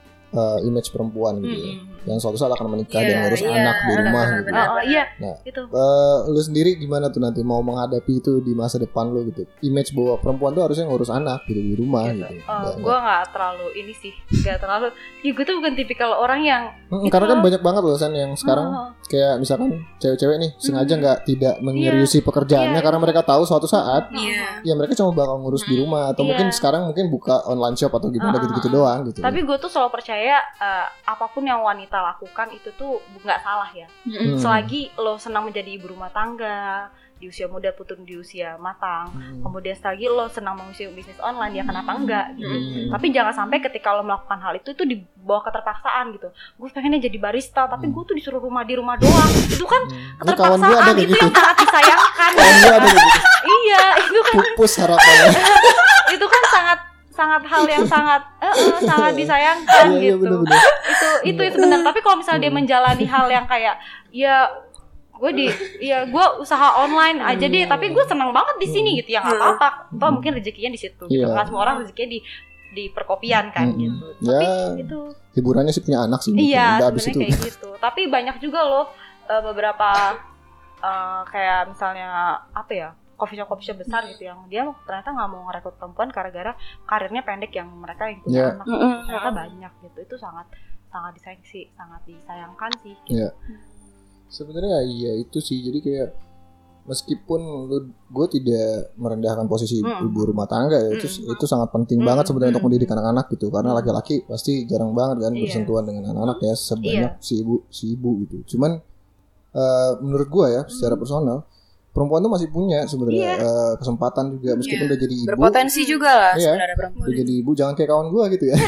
uh, image perempuan gitu ya, mm-hmm. yang suatu saat akan menikah yeah, dan ngurus yeah, anak di rumah benar, gitu. Oh, oh iya. Nah, itu. Uh, lu sendiri gimana tuh nanti mau menghadapi itu di masa depan lu gitu? Image bahwa perempuan tuh harusnya ngurus anak gitu di rumah gitu. gitu. Oh, gue nggak terlalu ini sih, nggak terlalu. Ya gue tuh bukan tipikal orang yang. Hmm, karena kan banyak banget loh San yang sekarang oh. kayak misalkan cewek-cewek nih sengaja nggak hmm. tidak menyeriusi yeah. pekerjaannya yeah. karena mereka tahu suatu saat yeah. ya mereka cuma bakal ngurus hmm. di rumah atau yeah. mungkin sekarang mungkin buka online shop atau gimana uh-huh. gitu-gitu doang gitu. Tapi gue tuh selalu percaya uh, apapun yang wanita lakukan itu tuh nggak salah ya. Hmm. Selagi lo senang menjadi ibu rumah tangga di usia muda putun di usia matang, hmm. kemudian selagi lo senang mengusir bisnis online ya kenapa enggak gitu. Hmm. Tapi jangan sampai ketika lo melakukan hal itu itu dibawa keterpaksaan gitu. Gue pengennya jadi barista tapi gue tuh disuruh rumah di rumah doang. Itu kan hmm. keterpaksaan itu gitu. Yang sangat disayangkan. Gitu. Iya, itu kan pupus harapannya. Itu kan sangat sangat hal yang sangat uh, uh, sangat disayangkan iya, gitu. Iya, bener, bener. Itu itu itu benar. Tapi kalau misalnya dia menjalani hal yang kayak ya gue di ya gue usaha online aja deh tapi gue senang banget di sini gitu ya nggak apa-apa toh mungkin rezekinya di situ gitu. Nggak semua orang rezekinya di di perkopian kan hmm. gitu tapi ya, itu hiburannya sih punya anak sih iya sebenarnya kayak gitu tapi banyak juga loh uh, beberapa uh, kayak misalnya apa ya coffee shop coffee shop besar gitu yang dia ternyata nggak mau ngerekrut perempuan gara-gara karirnya pendek yang mereka yang punya yeah. anak gitu. Ternyata banyak gitu itu sangat sangat disayang sih sangat disayangkan sih gitu. Yeah. Sebenarnya iya itu sih jadi kayak meskipun lu gue tidak merendahkan posisi mm. ibu rumah tangga ya mm. itu itu sangat penting mm. banget sebenarnya mm. untuk mendidik anak-anak gitu karena mm. laki-laki pasti jarang banget kan yeah. bersentuhan dengan anak-anak ya sebanyak yeah. si ibu si ibu gitu cuman uh, menurut gue ya secara personal perempuan tuh masih punya sebenarnya yeah. uh, kesempatan juga meskipun yeah. udah jadi ibu berpotensi juga lah iya, sebenarnya perempuan udah jadi ibu jangan kayak kawan gue gitu ya.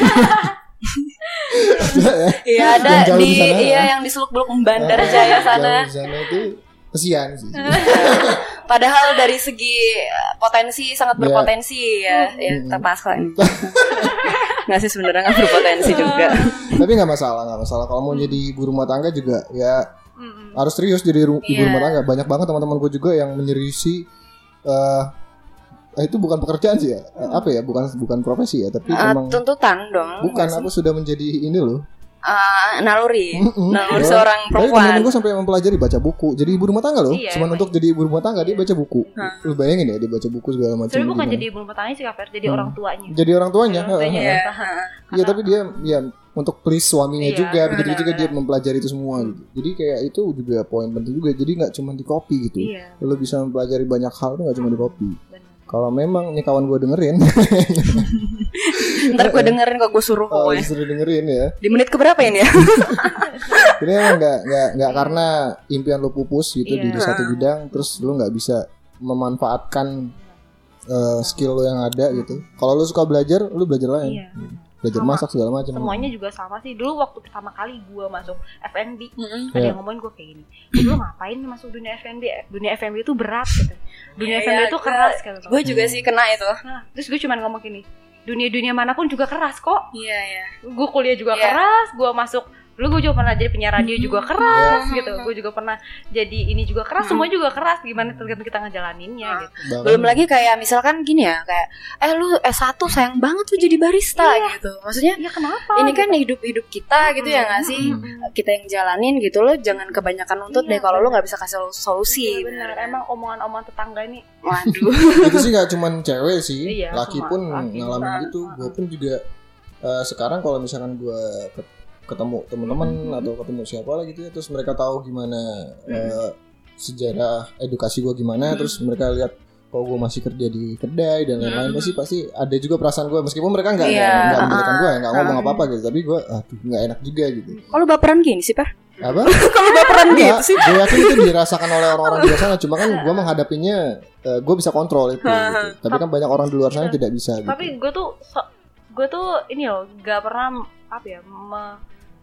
Iya ada di sana, iya yang di Seluk-Beluk Bandar Jaya sana. Jauh di sana itu kesian sih. Padahal dari segi potensi sangat berpotensi yeah. ya, ya mm-hmm. terpaksa ini. Nggak sih sebenarnya nggak berpotensi juga. Tapi nggak masalah nggak masalah kalau mau jadi ibu rumah tangga juga ya mm-hmm. harus serius jadi ibu yeah. rumah tangga. Banyak banget teman-teman gue juga yang menyeriusi. Uh, Eh, itu bukan pekerjaan sih ya, hmm. apa ya, bukan bukan profesi ya, tapi uh, memang tuntutan dong. Bukan, aku sudah menjadi ini loh. Uh, naluri, mm-hmm. naluri ya. Seorang perempuan. Tapi gue sampai mempelajari baca buku. Jadi ibu rumah tangga loh. Iya, cuman untuk jadi ibu rumah tangga dia baca buku. Hmm. Lu bayangin ya dia baca buku segala macam. Tapi bukan jadi ibu rumah tangga sih Kak Fer, jadi hmm. orang tuanya. Jadi orang tuanya. Iya. Iya tapi dia ya untuk please suaminya iya. juga, begitu juga dia mempelajari itu semua gitu. Jadi kayak itu juga poin penting juga. Jadi nggak cuma di kopi gitu. Iya. Lu bisa mempelajari banyak hal tuh nggak cuma di kopi. Kalau memang nih kawan gue dengerin ntar gue dengerin kok gue suruh oh, disuruh dengerin ya di menit keberapa ini ya jadi emang gak, gak, gak karena impian lo pupus gitu yeah. di satu bidang terus lo gak bisa memanfaatkan uh, skill lo yang ada gitu. Kalau lo suka belajar lo belajar lain yeah. belajar sama. Masak segala macam. Semuanya juga sama sih. Dulu waktu pertama kali gue masuk F and B, mm-hmm. ada yeah. yang ngomongin gue kayak gini. Lu ngapain masuk dunia F and B? Dunia F and B itu berat gitu. Dunia yeah, F and B itu yeah, keras kan. Gue juga sih kena itu. Nah, terus gue cuma ngomong gini. Dunia-dunia manapun juga keras kok. Iya, yeah, iya. Yeah. Gue kuliah juga yeah. keras, gue masuk Dulu gue juga pernah jadi penyiar radio juga keras yeah. gitu. Gue juga pernah jadi ini juga keras, hmm. semua juga keras. Gimana tergantung kita ngejalaninnya nah. gitu. Bahkan, belum lagi kayak misalkan gini ya, kayak eh lu S satu sayang banget tuh jadi barista yeah. gitu. Maksudnya ya, kenapa, ini gitu. Kan hidup-hidup kita gitu hmm. ya nggak sih? Hmm. Kita yang jalanin gitu, lo jangan kebanyakan nuntut yeah, deh kalau lo nggak bisa kasih solusi. Iya, benar. Emang omongan-omongan tetangga ini. Waduh. Itu sih nggak cuman cewek sih, iya, laki pun laki. ngalamin gitu. Gue pun juga uh, sekarang kalau misalkan gue ketemu teman-teman mm-hmm. atau ketemu siapa lah gitu ya, terus mereka tahu gimana mm-hmm. uh, sejarah edukasi gue gimana, mm-hmm. terus mereka lihat kalau gue masih kerja di kedai dan lain-lain, pasti mm-hmm. pasti ada juga perasaan gue, meskipun mereka nggak yeah. nggak menjelekan gue, nggak ngomong uh-huh. apa-apa gitu, tapi gue aduh nggak enak juga gitu. Kalau baperan gini sih Pak? Apa? Kalau baperan gitu sih? Gue yakin itu dirasakan oleh orang-orang di luar sana, cuma kan gue menghadapinya, uh, gue bisa kontrol itu, gitu. Tapi kan banyak orang di luar sana tidak bisa. Gitu. Tapi gue tuh, so, gue tuh ini loh, nggak pernah apa ya, me,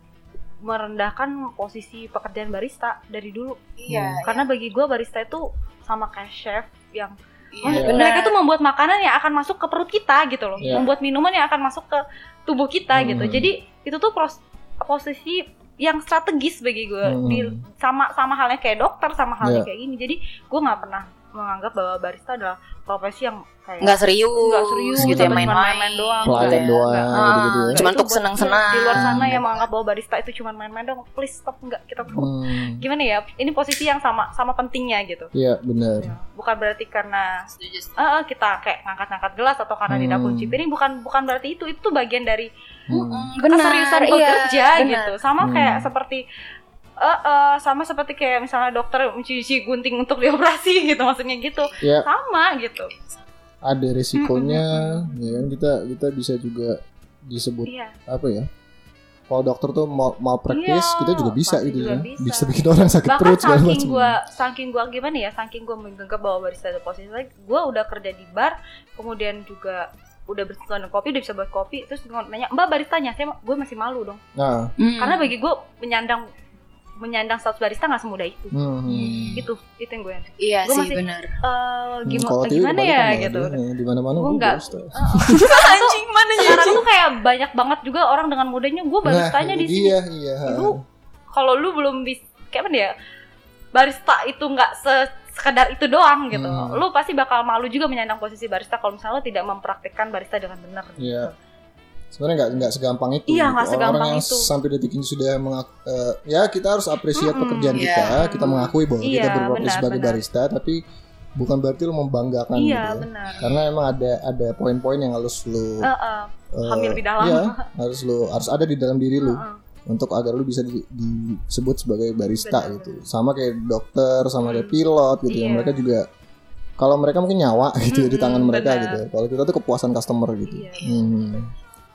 merendahkan posisi pekerjaan barista dari dulu. Iya. Karena iya. bagi gue barista itu sama kayak chef yang iya, mereka tuh membuat makanan yang akan masuk ke perut kita gitu loh, iya. membuat minuman yang akan masuk ke tubuh kita hmm. gitu. Jadi itu tuh pros, posisi yang strategis bagi gue, hmm. di, sama sama halnya kayak dokter, sama halnya yeah. kayak gini. Jadi gue nggak pernah menganggap bahwa barista adalah profesi yang kayak nggak serius, nggak serius gitu ya, main-main doang, pelayan doang, ah, gitu ya. Cuma untuk senang-senang. Di luar sana yang menganggap bahwa barista itu cuma main-main doang, please stop, nggak, kita tuh hmm. gimana ya? Ini posisi yang sama sama pentingnya gitu. Iya benar. Ya. Bukan berarti karena uh, kita kayak ngangkat-ngangkat gelas atau karena hmm. di dapur cip ini, bukan bukan berarti itu itu bagian dari hmm. keseriusan bekerja iya, gitu. Sama hmm. kayak seperti Uh, uh, sama seperti kayak misalnya dokter mencuci gunting untuk dioperasi gitu, maksudnya gitu, yeah. sama gitu. Ada resikonya, mm-hmm. ya kan, kita kita bisa juga disebut yeah. apa ya? Kalau dokter tuh mal malpraktis, yeah, kita juga bisa gitu ya, bisa. bisa bikin orang sakit bahkan perut segala macam. Saking gua, saking gua gimana ya, saking gua menganggap bahwa barista ada posisi lagi, gua udah kerja di bar, kemudian juga udah bersentuhan dengan kopi, udah bisa buat kopi, terus nanya, Mbak baristanya, saya gue masih malu dong, nah. mm. karena bagi gue menyandang menyandang status barista nggak semudah itu, hmm. itu itu yang gue iya gue sih masih, benar. Uh, gimana hmm, gimana ya gitu, di mana mana gue nggak anjing mana ya sekarang tuh kayak banyak banget juga orang dengan mudahnya gue baristanya nah, di sini, iya, iya. Lu kalau lu belum bisa kayak mana ya, barista itu nggak se sekedar itu doang gitu, hmm. lu pasti bakal malu juga menyandang posisi barista kalau misalnya lu tidak mempraktikkan barista dengan benar. Yeah. Gitu. Sebenarnya nggak nggak segampang itu. Iya, nggak gitu. segampang Orang yang itu. Sampai detik ini sudah mengak, uh, ya kita harus apresiat mm-hmm, pekerjaan yeah. kita. Kita mengakui bahwa yeah, kita berprofesi sebagai benar. barista, tapi bukan berarti lo membanggakan iya, gitu. Benar. Karena emang ada ada poin-poin yang harus lo uh, uh, uh, ambil lebih dalam. Iya, harus lo harus ada di dalam diri lo. Uh, uh. Untuk agar lu bisa di, disebut sebagai barista benar, gitu. Benar. Sama kayak dokter, sama kayak pilot gitu yeah. ya. Mereka juga kalau mereka mungkin nyawa gitu mm-hmm, ya di tangan mereka benar. gitu. Kalau kita tuh kepuasan customer gitu. Yeah. Hmm.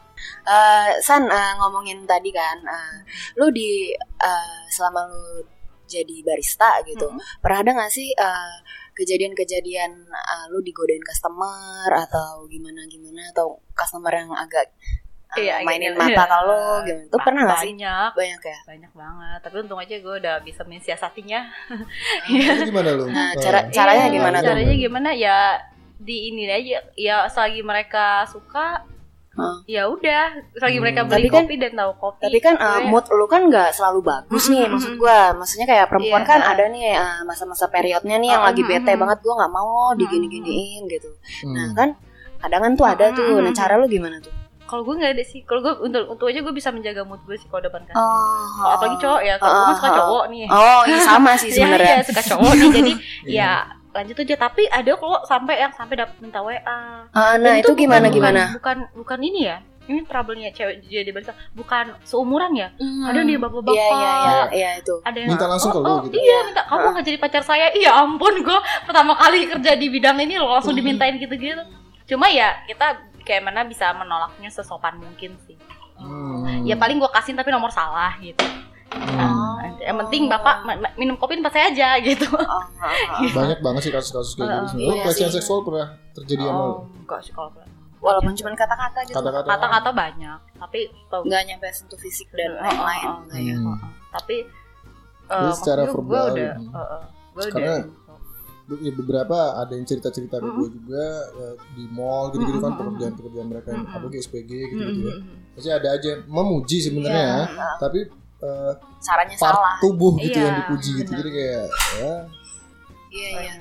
Uh, San uh, ngomongin tadi kan, uh, lu di uh, selama lu jadi barista gitu, mm-hmm. pernah ada nggak sih uh, kejadian-kejadian uh, lu digodain customer atau gimana gimana atau customer yang agak uh, iya, mainin iya, mata kalau gitu, tuh pernah nggak sih? Banyak, banyak ya, banyak banget. Tapi untung aja gue udah bisa mensiasatinya. Nah, gimana lu? Nah, cara caranya iya, gimana? Caranya tuh? Gimana ya? Di ini aja, ya selagi mereka suka. Hmm. Ya udah, selagi hmm. mereka beli kan, kopi dan tahu kopi. Tapi kan uh, mood lu kan nggak selalu bagus hmm. nih, maksud gue. Maksudnya kayak perempuan yeah. kan ada nih uh, masa-masa periodnya nih yang hmm. lagi bete hmm. banget, gue nggak mau digini-giniin gitu. Hmm. Nah kan, kadang tuh ada tuh. Nah cara lu gimana tuh? Kalau gue nggak ada sih. Kalau gue untuk untuk aja gue bisa menjaga mood gue sih kalau depan kan. Oh. Apalagi cowok ya, kalau gue kan suka cowok nih. Oh, iya sama sih sebenarnya. Iya, suka cowok nih. Jadi ya lanjut aja, tapi ada kok sampai yang sampai dapat minta W A. Uh, nah itu, itu gimana bukan, gimana? Bukan bukan ini ya. Ini trouble-nya cewek jadi barista, bukan seumuran ya. Hmm. Ada nih bapak-bapak. Iya iya iya ya, itu. Ada yang minta langsung oh, ke lu oh, gitu. Iya, minta kamu enggak jadi pacar saya. Iya ampun, gue pertama kali kerja di bidang ini loh langsung dimintain gitu-gitu. Cuma ya kita kayak mana bisa menolaknya sesopan mungkin sih. Hmm. Ya paling gue kasihin tapi nomor salah gitu. Hmm. Nah, yang penting bapak minum kopi tempat saya aja gitu. Oh, banyak banget sih kasus-kasus kayak gitu. Oh, pelecehan seksual pernah terjadi sama lu? Enggak sih kalau walaupun cuma kata-kata gitu. Kata-kata, kata-kata banyak, tapi nggak nyampe sentuh fisik dan lain-lain. Oh, oh, oh, hmm. oh, oh. Tapi uh, secara verbal, gue udah, uh, uh, gue karena udah, ya beberapa ada yang cerita-cerita mm-hmm. gue juga ya, di mall gitu-gitu mm-hmm. kan pekerjaan-pekerjaan mereka, mm-hmm. apalagi S P G gitu-gitu ya. Pasti ada aja memuji sebenarnya, yeah. tapi uh, sarannya part salah tubuh gitu iya, yang dipuji gitu. Jadi kayak ya. Iya iya.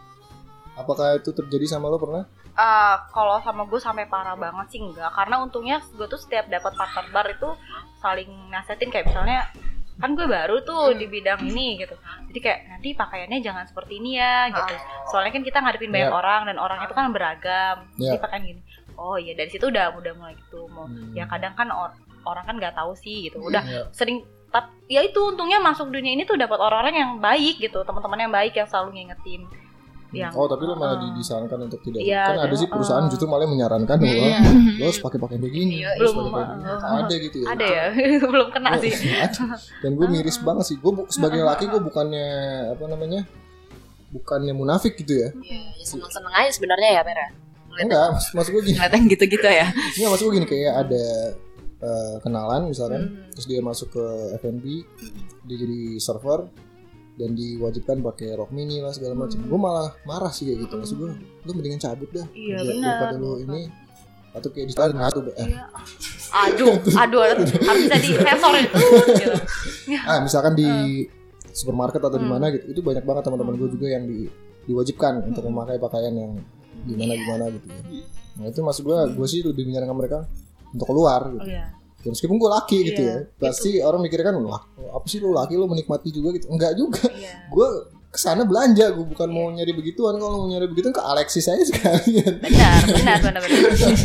Apakah itu terjadi sama lo pernah? Uh, kalau sama gue sampai parah banget sih enggak, karena untungnya gue tuh setiap dapat partner bar itu saling nasihatin, kayak misalnya kan gue baru tuh di bidang ini gitu, jadi kayak nanti pakaiannya jangan seperti ini ya gitu, soalnya kan kita ngadepin banyak yeah. orang dan orang itu kan beragam, yeah. jadi pakaian gini, oh iya dari situ udah udah mulai gitu mau hmm. ya kadang kan or, orang kan nggak tahu sih gitu, udah yeah. sering tap, ya itu untungnya masuk dunia ini tuh dapat orang-orang yang baik gitu, teman-teman yang baik yang selalu ngingetin. Yang, oh tapi lo malah uh, disarankan untuk tidak iya, kan ada sih perusahaan uh, justru malah menyarankan iya. bahwa lo harus pakai pakaian begini iya, harus belum pakai begini. Uh, ada gitu ya ada ya belum kena gua, sih dan gue miris uh, banget sih gue sebagai laki gue bukannya apa namanya bukannya munafik gitu ya ya, ya seneng-seneng aja sebenarnya ya Pera enggak mas, maksud gue gini ngeliatin gitu-gitu ya enggak maksud gue gini kayak ada uh, kenalan misalkan hmm. terus dia masuk ke F and B dia jadi server dan diwajibkan pakai rok mini lah segala macam. Hmm. Gue malah marah sih kayak gitu. Maksud gue, lu mendingan cabut dah. Iya ya, benar. Daripada lu ini atau kayak di stadion ngatu. Eh. Iya. Aduh, aduh harus bisa di sensor itu. Gitu. Ah, misalkan di uh. supermarket atau hmm. di mana gitu, itu banyak banget teman-teman gue juga yang di, diwajibkan hmm. untuk memakai pakaian yang gimana-gimana gitu ya. Nah itu maksud gue, gue sih lebih menyarankan mereka untuk keluar gitu. Oh, iya. Ya, meskipun gue laki iya, gitu ya, pasti gitu. Orang mikirnya kan, wah apa sih lo laki lo menikmati juga gitu, enggak juga, iya. Gue kesana belanja, gue bukan iya. mau nyari begituan, kalau mau nyari begituan ke Alexis saya sekalian. Benar, benar, benar, benar.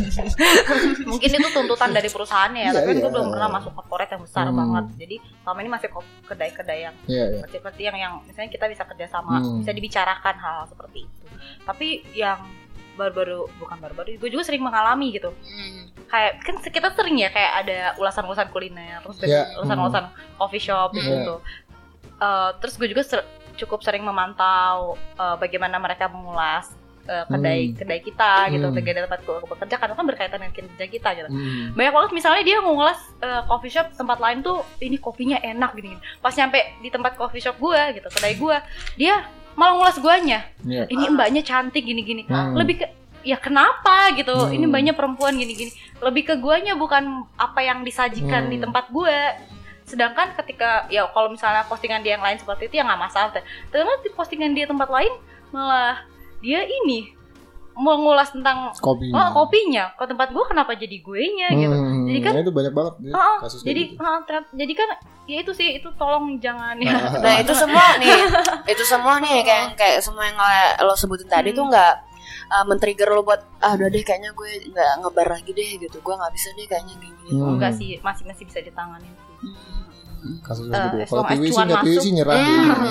Mungkin itu tuntutan dari perusahaannya ya, iya, tapi iya. gue belum pernah masuk corporate yang besar hmm. banget, jadi selama ini masih kedai-kedai yang iya, iya. seperti yang yang misalnya kita bisa kerjasama, hmm. bisa dibicarakan hal seperti itu, tapi yang baru-baru bukan baru-baru gue juga sering mengalami gitu hmm. kayak kan kita sering ya kayak ada ulasan-ulasan kuliner terus yeah. ulasan-ulasan hmm. coffee shop gitu yeah. uh, terus gue juga ser- cukup sering memantau uh, bagaimana mereka mengulas uh, kedai hmm. kedai kita gitu hmm. kedai tempat gue bekerja karena kan berkaitan dengan kerja kita gitu hmm. banyak banget misalnya dia mengulas uh, coffee shop tempat lain tuh ini kopinya enak gini-gini pas nyampe di tempat coffee shop gue gitu kedai gue dia malah ngulas guanya, yeah. ini mbaknya cantik gini-gini, hmm. lebih ke ya kenapa gitu, hmm. ini mbaknya perempuan gini-gini, lebih ke guanya bukan apa yang disajikan hmm. di tempat gue. Sedangkan ketika ya kalau misalnya postingan dia yang lain seperti itu ya nggak masalah, ternyata di postingan dia tempat lain malah dia ini mengulas tentang kopinya. Oh, kopinya. Ke tempat gue kenapa jadi guenya hmm, gitu. Jadi kan ya itu banyak banget ya, uh, kasus jadi gitu. uh, ter- jadi kan ya itu sih itu tolong jangan ya. Nah, itu semua nih. Itu semua nih kayak kayak semua yang lo sebutin tadi hmm. tuh enggak uh, men-trigger lo buat ah udah deh kayaknya gue enggak ngebar lagi deh gitu. Gue enggak bisa deh kayaknya gini. Hmm. Enggak sih, masih masih bisa ditanganin sih. Hmm. Kasus uh, gitu. Kalau T V sih nggak T V sih nyerah. Mm.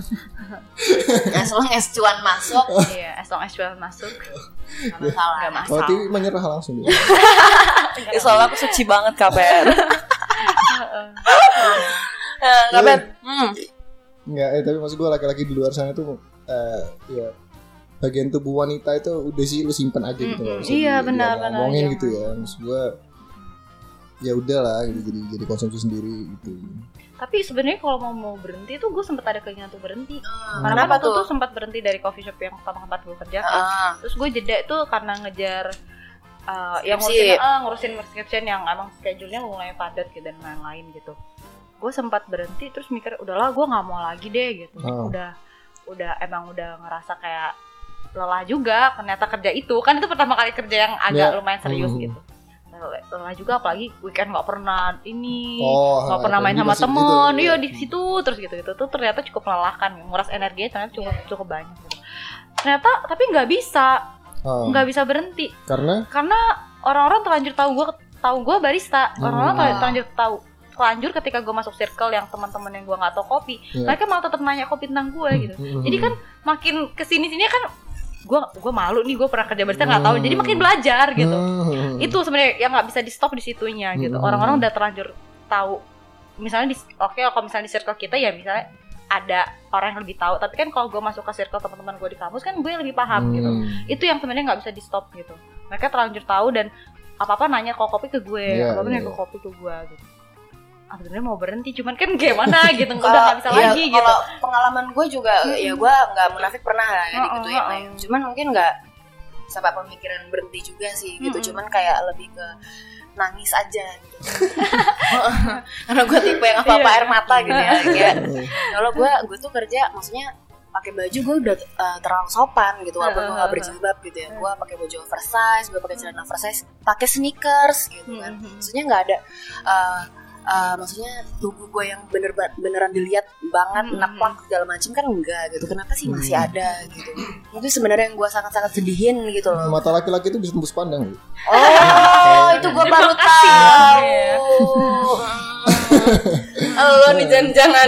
As long as cuan masuk. Iya, as long as cuan masuk. Nggak masalah. Nggak masalah. Kalau T V menyerah langsung. Ya, soalnya aku suci banget K P R. Nggak ben. Nggak, eh tapi maksud gue laki-laki di luar sana tuh, uh, ya bagian tubuh wanita itu udah sih lu simpen aja gitu. Mm-hmm. Iya benar-benar. Ngomongin iya. gitu ya, maksud gue. Ya udahlah gitu, jadi jadi konsumsi sendiri gitu. Tapi sebenarnya kalau mau mau berhenti tuh gue sempat ada keinginan tuh berhenti. Hmm. Karena waktu tuh? tuh sempat berhenti dari coffee shop yang pertama tempat gue kerja. Hmm. Terus gue jeda tuh karena ngejar uh, yang ngurusin uh, ngurusin prescription yang emang schedule-nya mulai padat gitu dan lain-lain gitu. Gue sempat berhenti terus mikir udahlah gue nggak mau lagi deh gitu. Hmm. Udah udah emang udah ngerasa kayak lelah juga ternyata kerja itu kan itu pertama kali kerja yang agak yeah. lumayan serius hmm. gitu. Lelah juga apalagi weekend nggak pernah ini nggak oh, pernah main sama temen gitu, iya di situ terus gitu gitu tuh ternyata cukup melelahkan nguras energinya ternyata cukup cukup banyak gitu. Ternyata tapi nggak bisa nggak oh. bisa berhenti karena karena orang-orang terlanjur tahu gue tahu gue barista hmm. orang-orang terlanjur tahu terlanjur ketika gue masuk circle yang teman-teman yang gue nggak tahu kopi yeah. mereka malah tetap nanya kopi tentang gue gitu hmm. jadi kan makin kesini sini kan gue gue malu nih gue pernah kerja barista nggak tahu jadi makin belajar gitu hmm. itu sebenarnya yang nggak bisa di stop di situnya gitu hmm. orang-orang udah terlanjur tahu misalnya di oke okay, kalau misalnya di circle kita ya misalnya ada orang yang lebih tahu tapi kan kalau gue masuk ke circle teman-teman gue di kampus kan gue yang lebih paham hmm. gitu itu yang sebenarnya nggak bisa di stop gitu mereka terlanjur tahu dan apa apa nanya kok kopi ke gue yeah, apa apa yeah. nanya kok kopi ke gue gitu ah sebenarnya mau berhenti cuman kan gimana gitu udah nggak bisa ya, lagi gitu kalau pengalaman gue juga hmm. ya gue nggak munafik pernah ya oh, gitu oh, ya oh. cuman mungkin nggak sampai pemikiran berhenti juga sih gitu. Mm-hmm. Cuman kayak lebih ke nangis aja gitu. Karena gue tipe yang apa-apa air mata gitu ya. Kayak kalau gue gue tuh kerja maksudnya pakai baju gue udah uh, terlalu sopan gitu walaupun gue gak berjilbab gitu ya. Gue pakai baju oversize, gue pakai celana oversize, pakai sneakers gitu kan. Maksudnya nggak ada uh, uh, maksudnya tubuh gue yang bener beneran dilihat banget naplak segala macam kan enggak gitu. Kenapa sih masih ada gitu? Itu sebenarnya yang gue sangat-sangat sedihin gitu loh. Mata laki-laki itu bisa tembus pandang gitu. Oh, itu gue baru tahu. Lo nih jangan-jangan.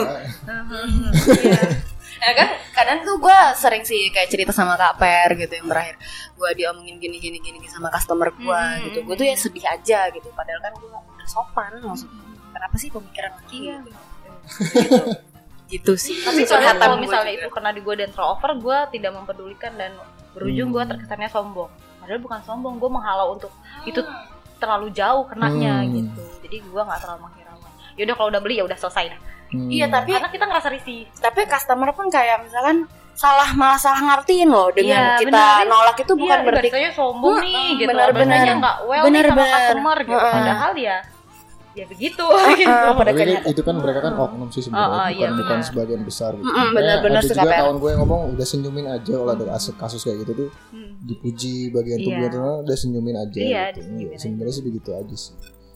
Ya kan kadang tuh gue sering sih kayak cerita sama Kak Per gitu yang terakhir gue diomongin gini gini gini sama customer gue hmm. gitu, gue tuh ya sedih aja gitu padahal kan gue udah sopan maksudnya kenapa sih pemikiran laki gitu. gitu gitu sih. Tapi kalau misalnya itu kena di gue dan over, gue tidak mempedulikan dan berujung hmm. gue terkesannya sombong, padahal bukan sombong, gue menghalau untuk itu terlalu jauh kenanya hmm. gitu, jadi gue nggak terlalu menghiraukan. Yaudah kalau udah beli ya udah selesai dah. Hmm. Iya tapi karena kita ngerasa risih. Tapi customer pun kayak misalkan salah malah salah ngertiin loh dengan ya, kita bener, nolak itu bukan ya, berarti saya sombong hmm, nih gitu. Benar-benar nggak well bener, nih sama bener. customer gitu. Uh, Padahal ya ya begitu uh, gitu. Uh, Tapi itu kan mereka kan oknum sih sebenarnya, uh, uh, bukan iya, bukan sebagian besar gitu. Uh, benar-benar ada juga kawan gue yang ngomong udah senyumin aja kalau ada kasus kasus kayak gitu tuh hmm. dipuji bagian tubuh itu yeah. udah senyumin aja. Yeah, gitu. Sebenarnya sih begitu aja sih.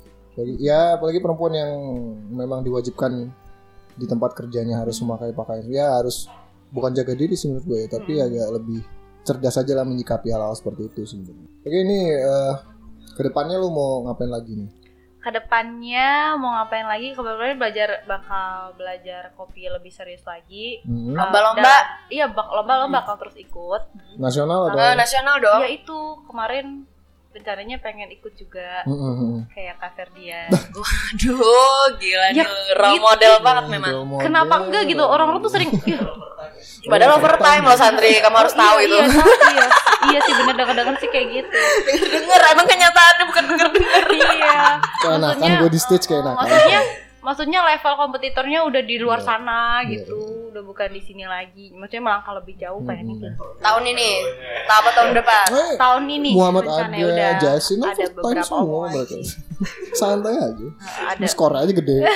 Ya apalagi perempuan yang memang diwajibkan di tempat kerjanya harus memakai pakaian ya harus bukan jaga diri sih menurut gue ya, tapi hmm. agak lebih cerdas aja lah menyikapi hal-hal seperti itu sebenarnya. Oke ini uh, kedepannya lu mau ngapain lagi nih? Kedepannya mau ngapain lagi? Kebetulan belajar bakal belajar kopi lebih serius lagi. Hmm. Lomba-lomba? Iya bak lomba-lomba bakal terus ikut. Nasional atau? Uh, nasional dong. Ya itu kemarin rencananya pengen ikut juga mm-hmm. kayak Kak Ferdian. Waduh, gila ya, nih role model gitu. Banget memang. Model. Kenapa enggak gitu? Orang-orang tuh sering padahal overtime loh Sandri, kamu harus tahu iya, itu. Iya, iya, iya sih bener dengar-dengar sih kayak gitu. Denger-denger emang kenyataannya bukan denger-denger. Iya. Keenakan gue di stage kayak enakan. Maksudnya Maksudnya level kompetitornya udah di luar yeah. sana gitu, yeah. udah bukan di sini lagi. Maksudnya melangkah lebih jauh kayak hmm. ini. Tahun ini, apa tahun depan? Hey, tahun ini. Muhammad Aga, Jasin, ada beberapa semua mereka. Santai aja. Ada. Skor aja gede.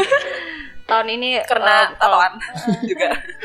Tahun ini kena uh, tatoan juga.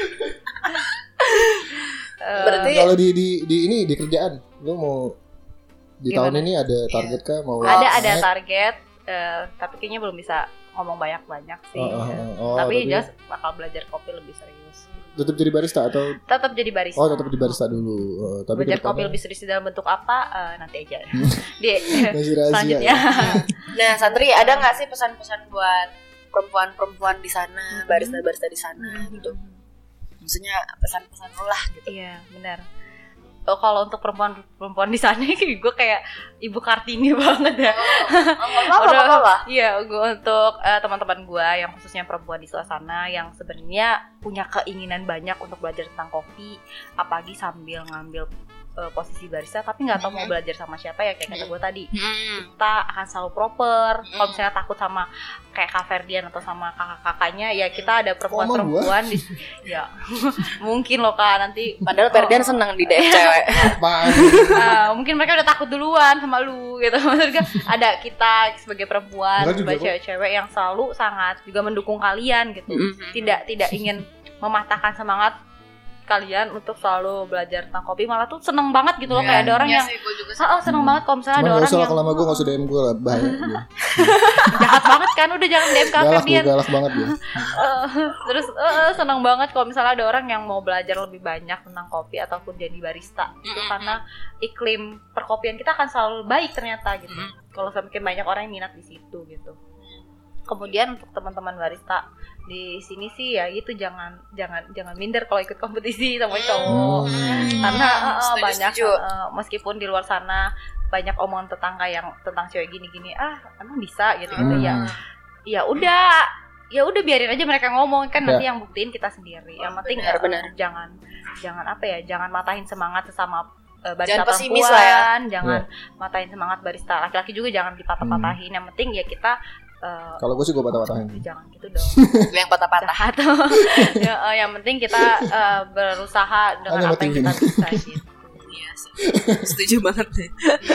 uh, Berarti kalau di di di ini di kerjaan, lu mau di gimana? Tahun ini ada target kah mau? Ada ada target, uh, tapi kayaknya belum bisa ngomong banyak-banyak sih. Oh, oh, oh, oh, tapi jelas bakal belajar kopi lebih serius. Tetap jadi barista atau? Tetap jadi barista. Oh, tetap jadi barista dulu. Oh, tapi belajar kopi lebih serius dalam bentuk apa? Uh, nanti aja. Di selanjutnya. Nah, Sandri, ada nggak sih pesan-pesan buat perempuan-perempuan di sana, barista-barista di sana gitu? Maksudnya pesan-pesan lo lah gitu. Iya, benar. Oh, kalau untuk perempuan-perempuan di sana gue kayak Ibu Kartini banget ya. Oh, apa-apa. Iya, gue untuk uh, teman-teman gue yang khususnya perempuan di suasana yang sebenarnya punya keinginan banyak untuk belajar tentang kopi, apalagi sambil ngambil uh, posisi barista tapi nggak tahu mau belajar sama siapa ya kayak kata gue tadi. Kita akan selalu proper. Kalau misalnya takut sama kayak Kak Ferdian atau sama kakak-kakaknya ya kita ada perempuan-perempuan di ya mungkin loh Kak nanti padahal Ferdian oh. senang di D M cewek. uh, mungkin mereka udah takut duluan sama lu gitu. Maksudnya ada kita sebagai perempuan, sebagai cewek-cewek yang selalu sangat juga mendukung kalian gitu. Mm-hmm. Tidak tidak ingin mematahkan semangat kalian untuk selalu belajar tentang kopi, malah tuh seneng banget gitu loh yeah. kayak ada orang ya yang sih, oh seneng hmm. banget kalau misalnya ada Cuma orang yang kalau sama gue nggak usah D M gue lah bahaya. Jahat banget kan, udah jangan D M Kak Ferdian. Galak, galak banget ya. uh, terus uh, seneng banget kalau misalnya ada orang yang mau belajar lebih banyak tentang kopi ataupun jadi barista itu mm-hmm. karena iklim perkopian kita akan selalu baik ternyata gitu. Mm-hmm. Kalau semakin banyak orang yang minat di situ gitu. Kemudian untuk teman-teman barista di sini sih ya gitu jangan jangan jangan minder kalau ikut kompetisi sama cowok hmm. karena uh, uh, banyak uh, meskipun di luar sana banyak omongan tetangga yang tentang cewek gini-gini ah emang bisa gitu gitu hmm. ya ya udah ya udah biarin aja mereka ngomong kan nanti ya. Yang buktiin kita sendiri yang penting benar, uh, benar. jangan jangan apa ya jangan matahin semangat sesama uh, barista jangan perempuan ya. jangan ya. matahin semangat barista laki-laki juga jangan dipatah-patahin hmm. yang penting ya kita Uh, kalau gue sih gue patah-patahin. Jangan gitu dong. Yang patah-patah. ya, uh, yang penting kita uh, berusaha dengan apa yang kita bisa gitu. Iya sih. Setuju banget deh.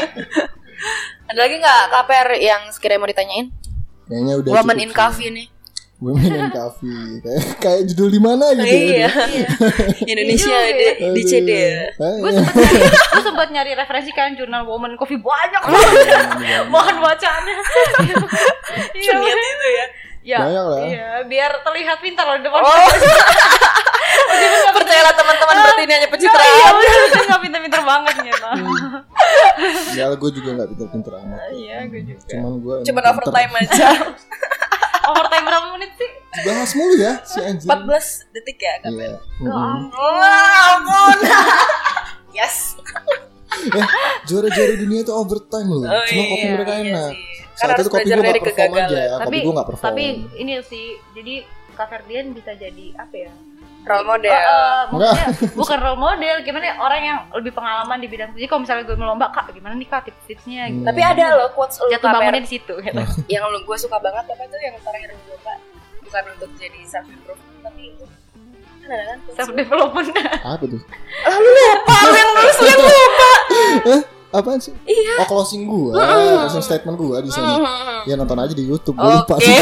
Ada lagi nggak K P R yang sekiranya mau ditanyain? Kayaknya udah Woman in Coffee nih. Women in Coffee kayak kayak judul di mana gitu iya, ya. Iya. Indonesia di, di C D. Gue sempet nyari, gue sempet nyari referensi kan jurnal Woman Coffee banyak banget. Mohon bacanya. Iya itu ya. Ya, banyak lah. Iya, biar terlihat pintar loh di depan. Oh. Percayalah teman-teman berarti ini hanya pencitraan. Iya, udah nggak pintar-pintar banget gitu. Ya, gue juga nggak pintar-pintar amat. Iya, gue juga. Cuman gue. Cuman overtime aja. Overtime berapa menit sih? Bahas mulu ya si anjing. empat belas detik ya kan? Iya. Oh, ampun. Yes. Eh, juara-juara dunia itu overtime loh. Oh, cuma kopi iya, mereka iya enak. Sih. Saat itu kopi gue gak perform aja. Tapi, kopi gue gak perform. Tapi ini sih, jadi Kak Ferdian bisa jadi apa ya? Role model. Uh, uh, maksudnya bukan role model, gimana ya, orang yang lebih pengalaman di bidang jadi kalau misalnya gue melomba Kak, gimana nih Kak tips-tipsnya gitu. Hmm. Tapi ada loh quotes lu jatuh bangunnya di situ gitu. Yang lu gue suka banget apa tuh yang terakhir gue lupa. Bukan untuk jadi self improvement tapi itu kan ada kan self development. Apa tuh? Ah, lu lupa, lu yang nulis lu yang lupa. Eh, apaan sih? Iya. Oh, closing gue, mm. closing statement gue di sini. Mm. Ya nonton aja di YouTube, gue lupa sih.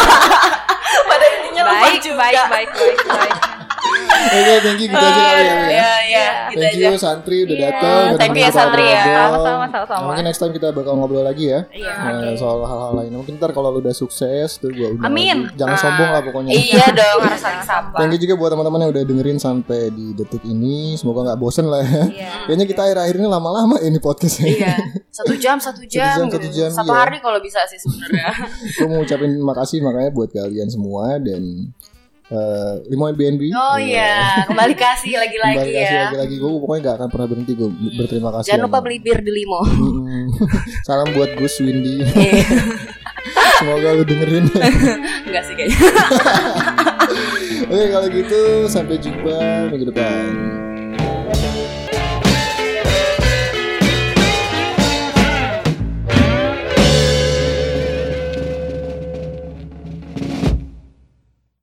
Pada intinya lupa baik, juga. Baik, baik, baik, baik. Oke, thank you gitu aja kali ya. Iya, iya, gitu thank aja. you Santri udah yeah. datang. Thank you ya Santri ya. Sama-sama, sama-sama. Mungkin next time kita bakal ngobrol lagi ya. Iya. Nah, Okay. soal hal-hal lain. Mungkin ntar kalau lu udah sukses tuh gue undang Amin. lagi. Jangan uh, sombong lah pokoknya. Iya dong, harus saling sapa. Thank you juga buat teman-teman yang udah dengerin sampai di detik ini. Semoga nggak bosen lah ya. Iya. Kayaknya kita akhir-akhir ini lama-lama ya ini podcastnya. Iya. Satu jam, satu jam. Satu jam, satu jam. Satu iya. hari kalau bisa sih sebenarnya. Gue mau ucapin makasih makanya buat kalian semua dan uh, Limoin B N B. Oh iya, kembali kasih lagi-lagi kembali ya. kasih lagi-lagi. Gue pokoknya gak akan pernah berhenti gue berterima kasih. Jangan lupa beli bir di Limo. Salam buat Gus Windy. Semoga lu dengerin. Enggak sih kayaknya. Oke kalau gitu sampai jumpa minggu depan.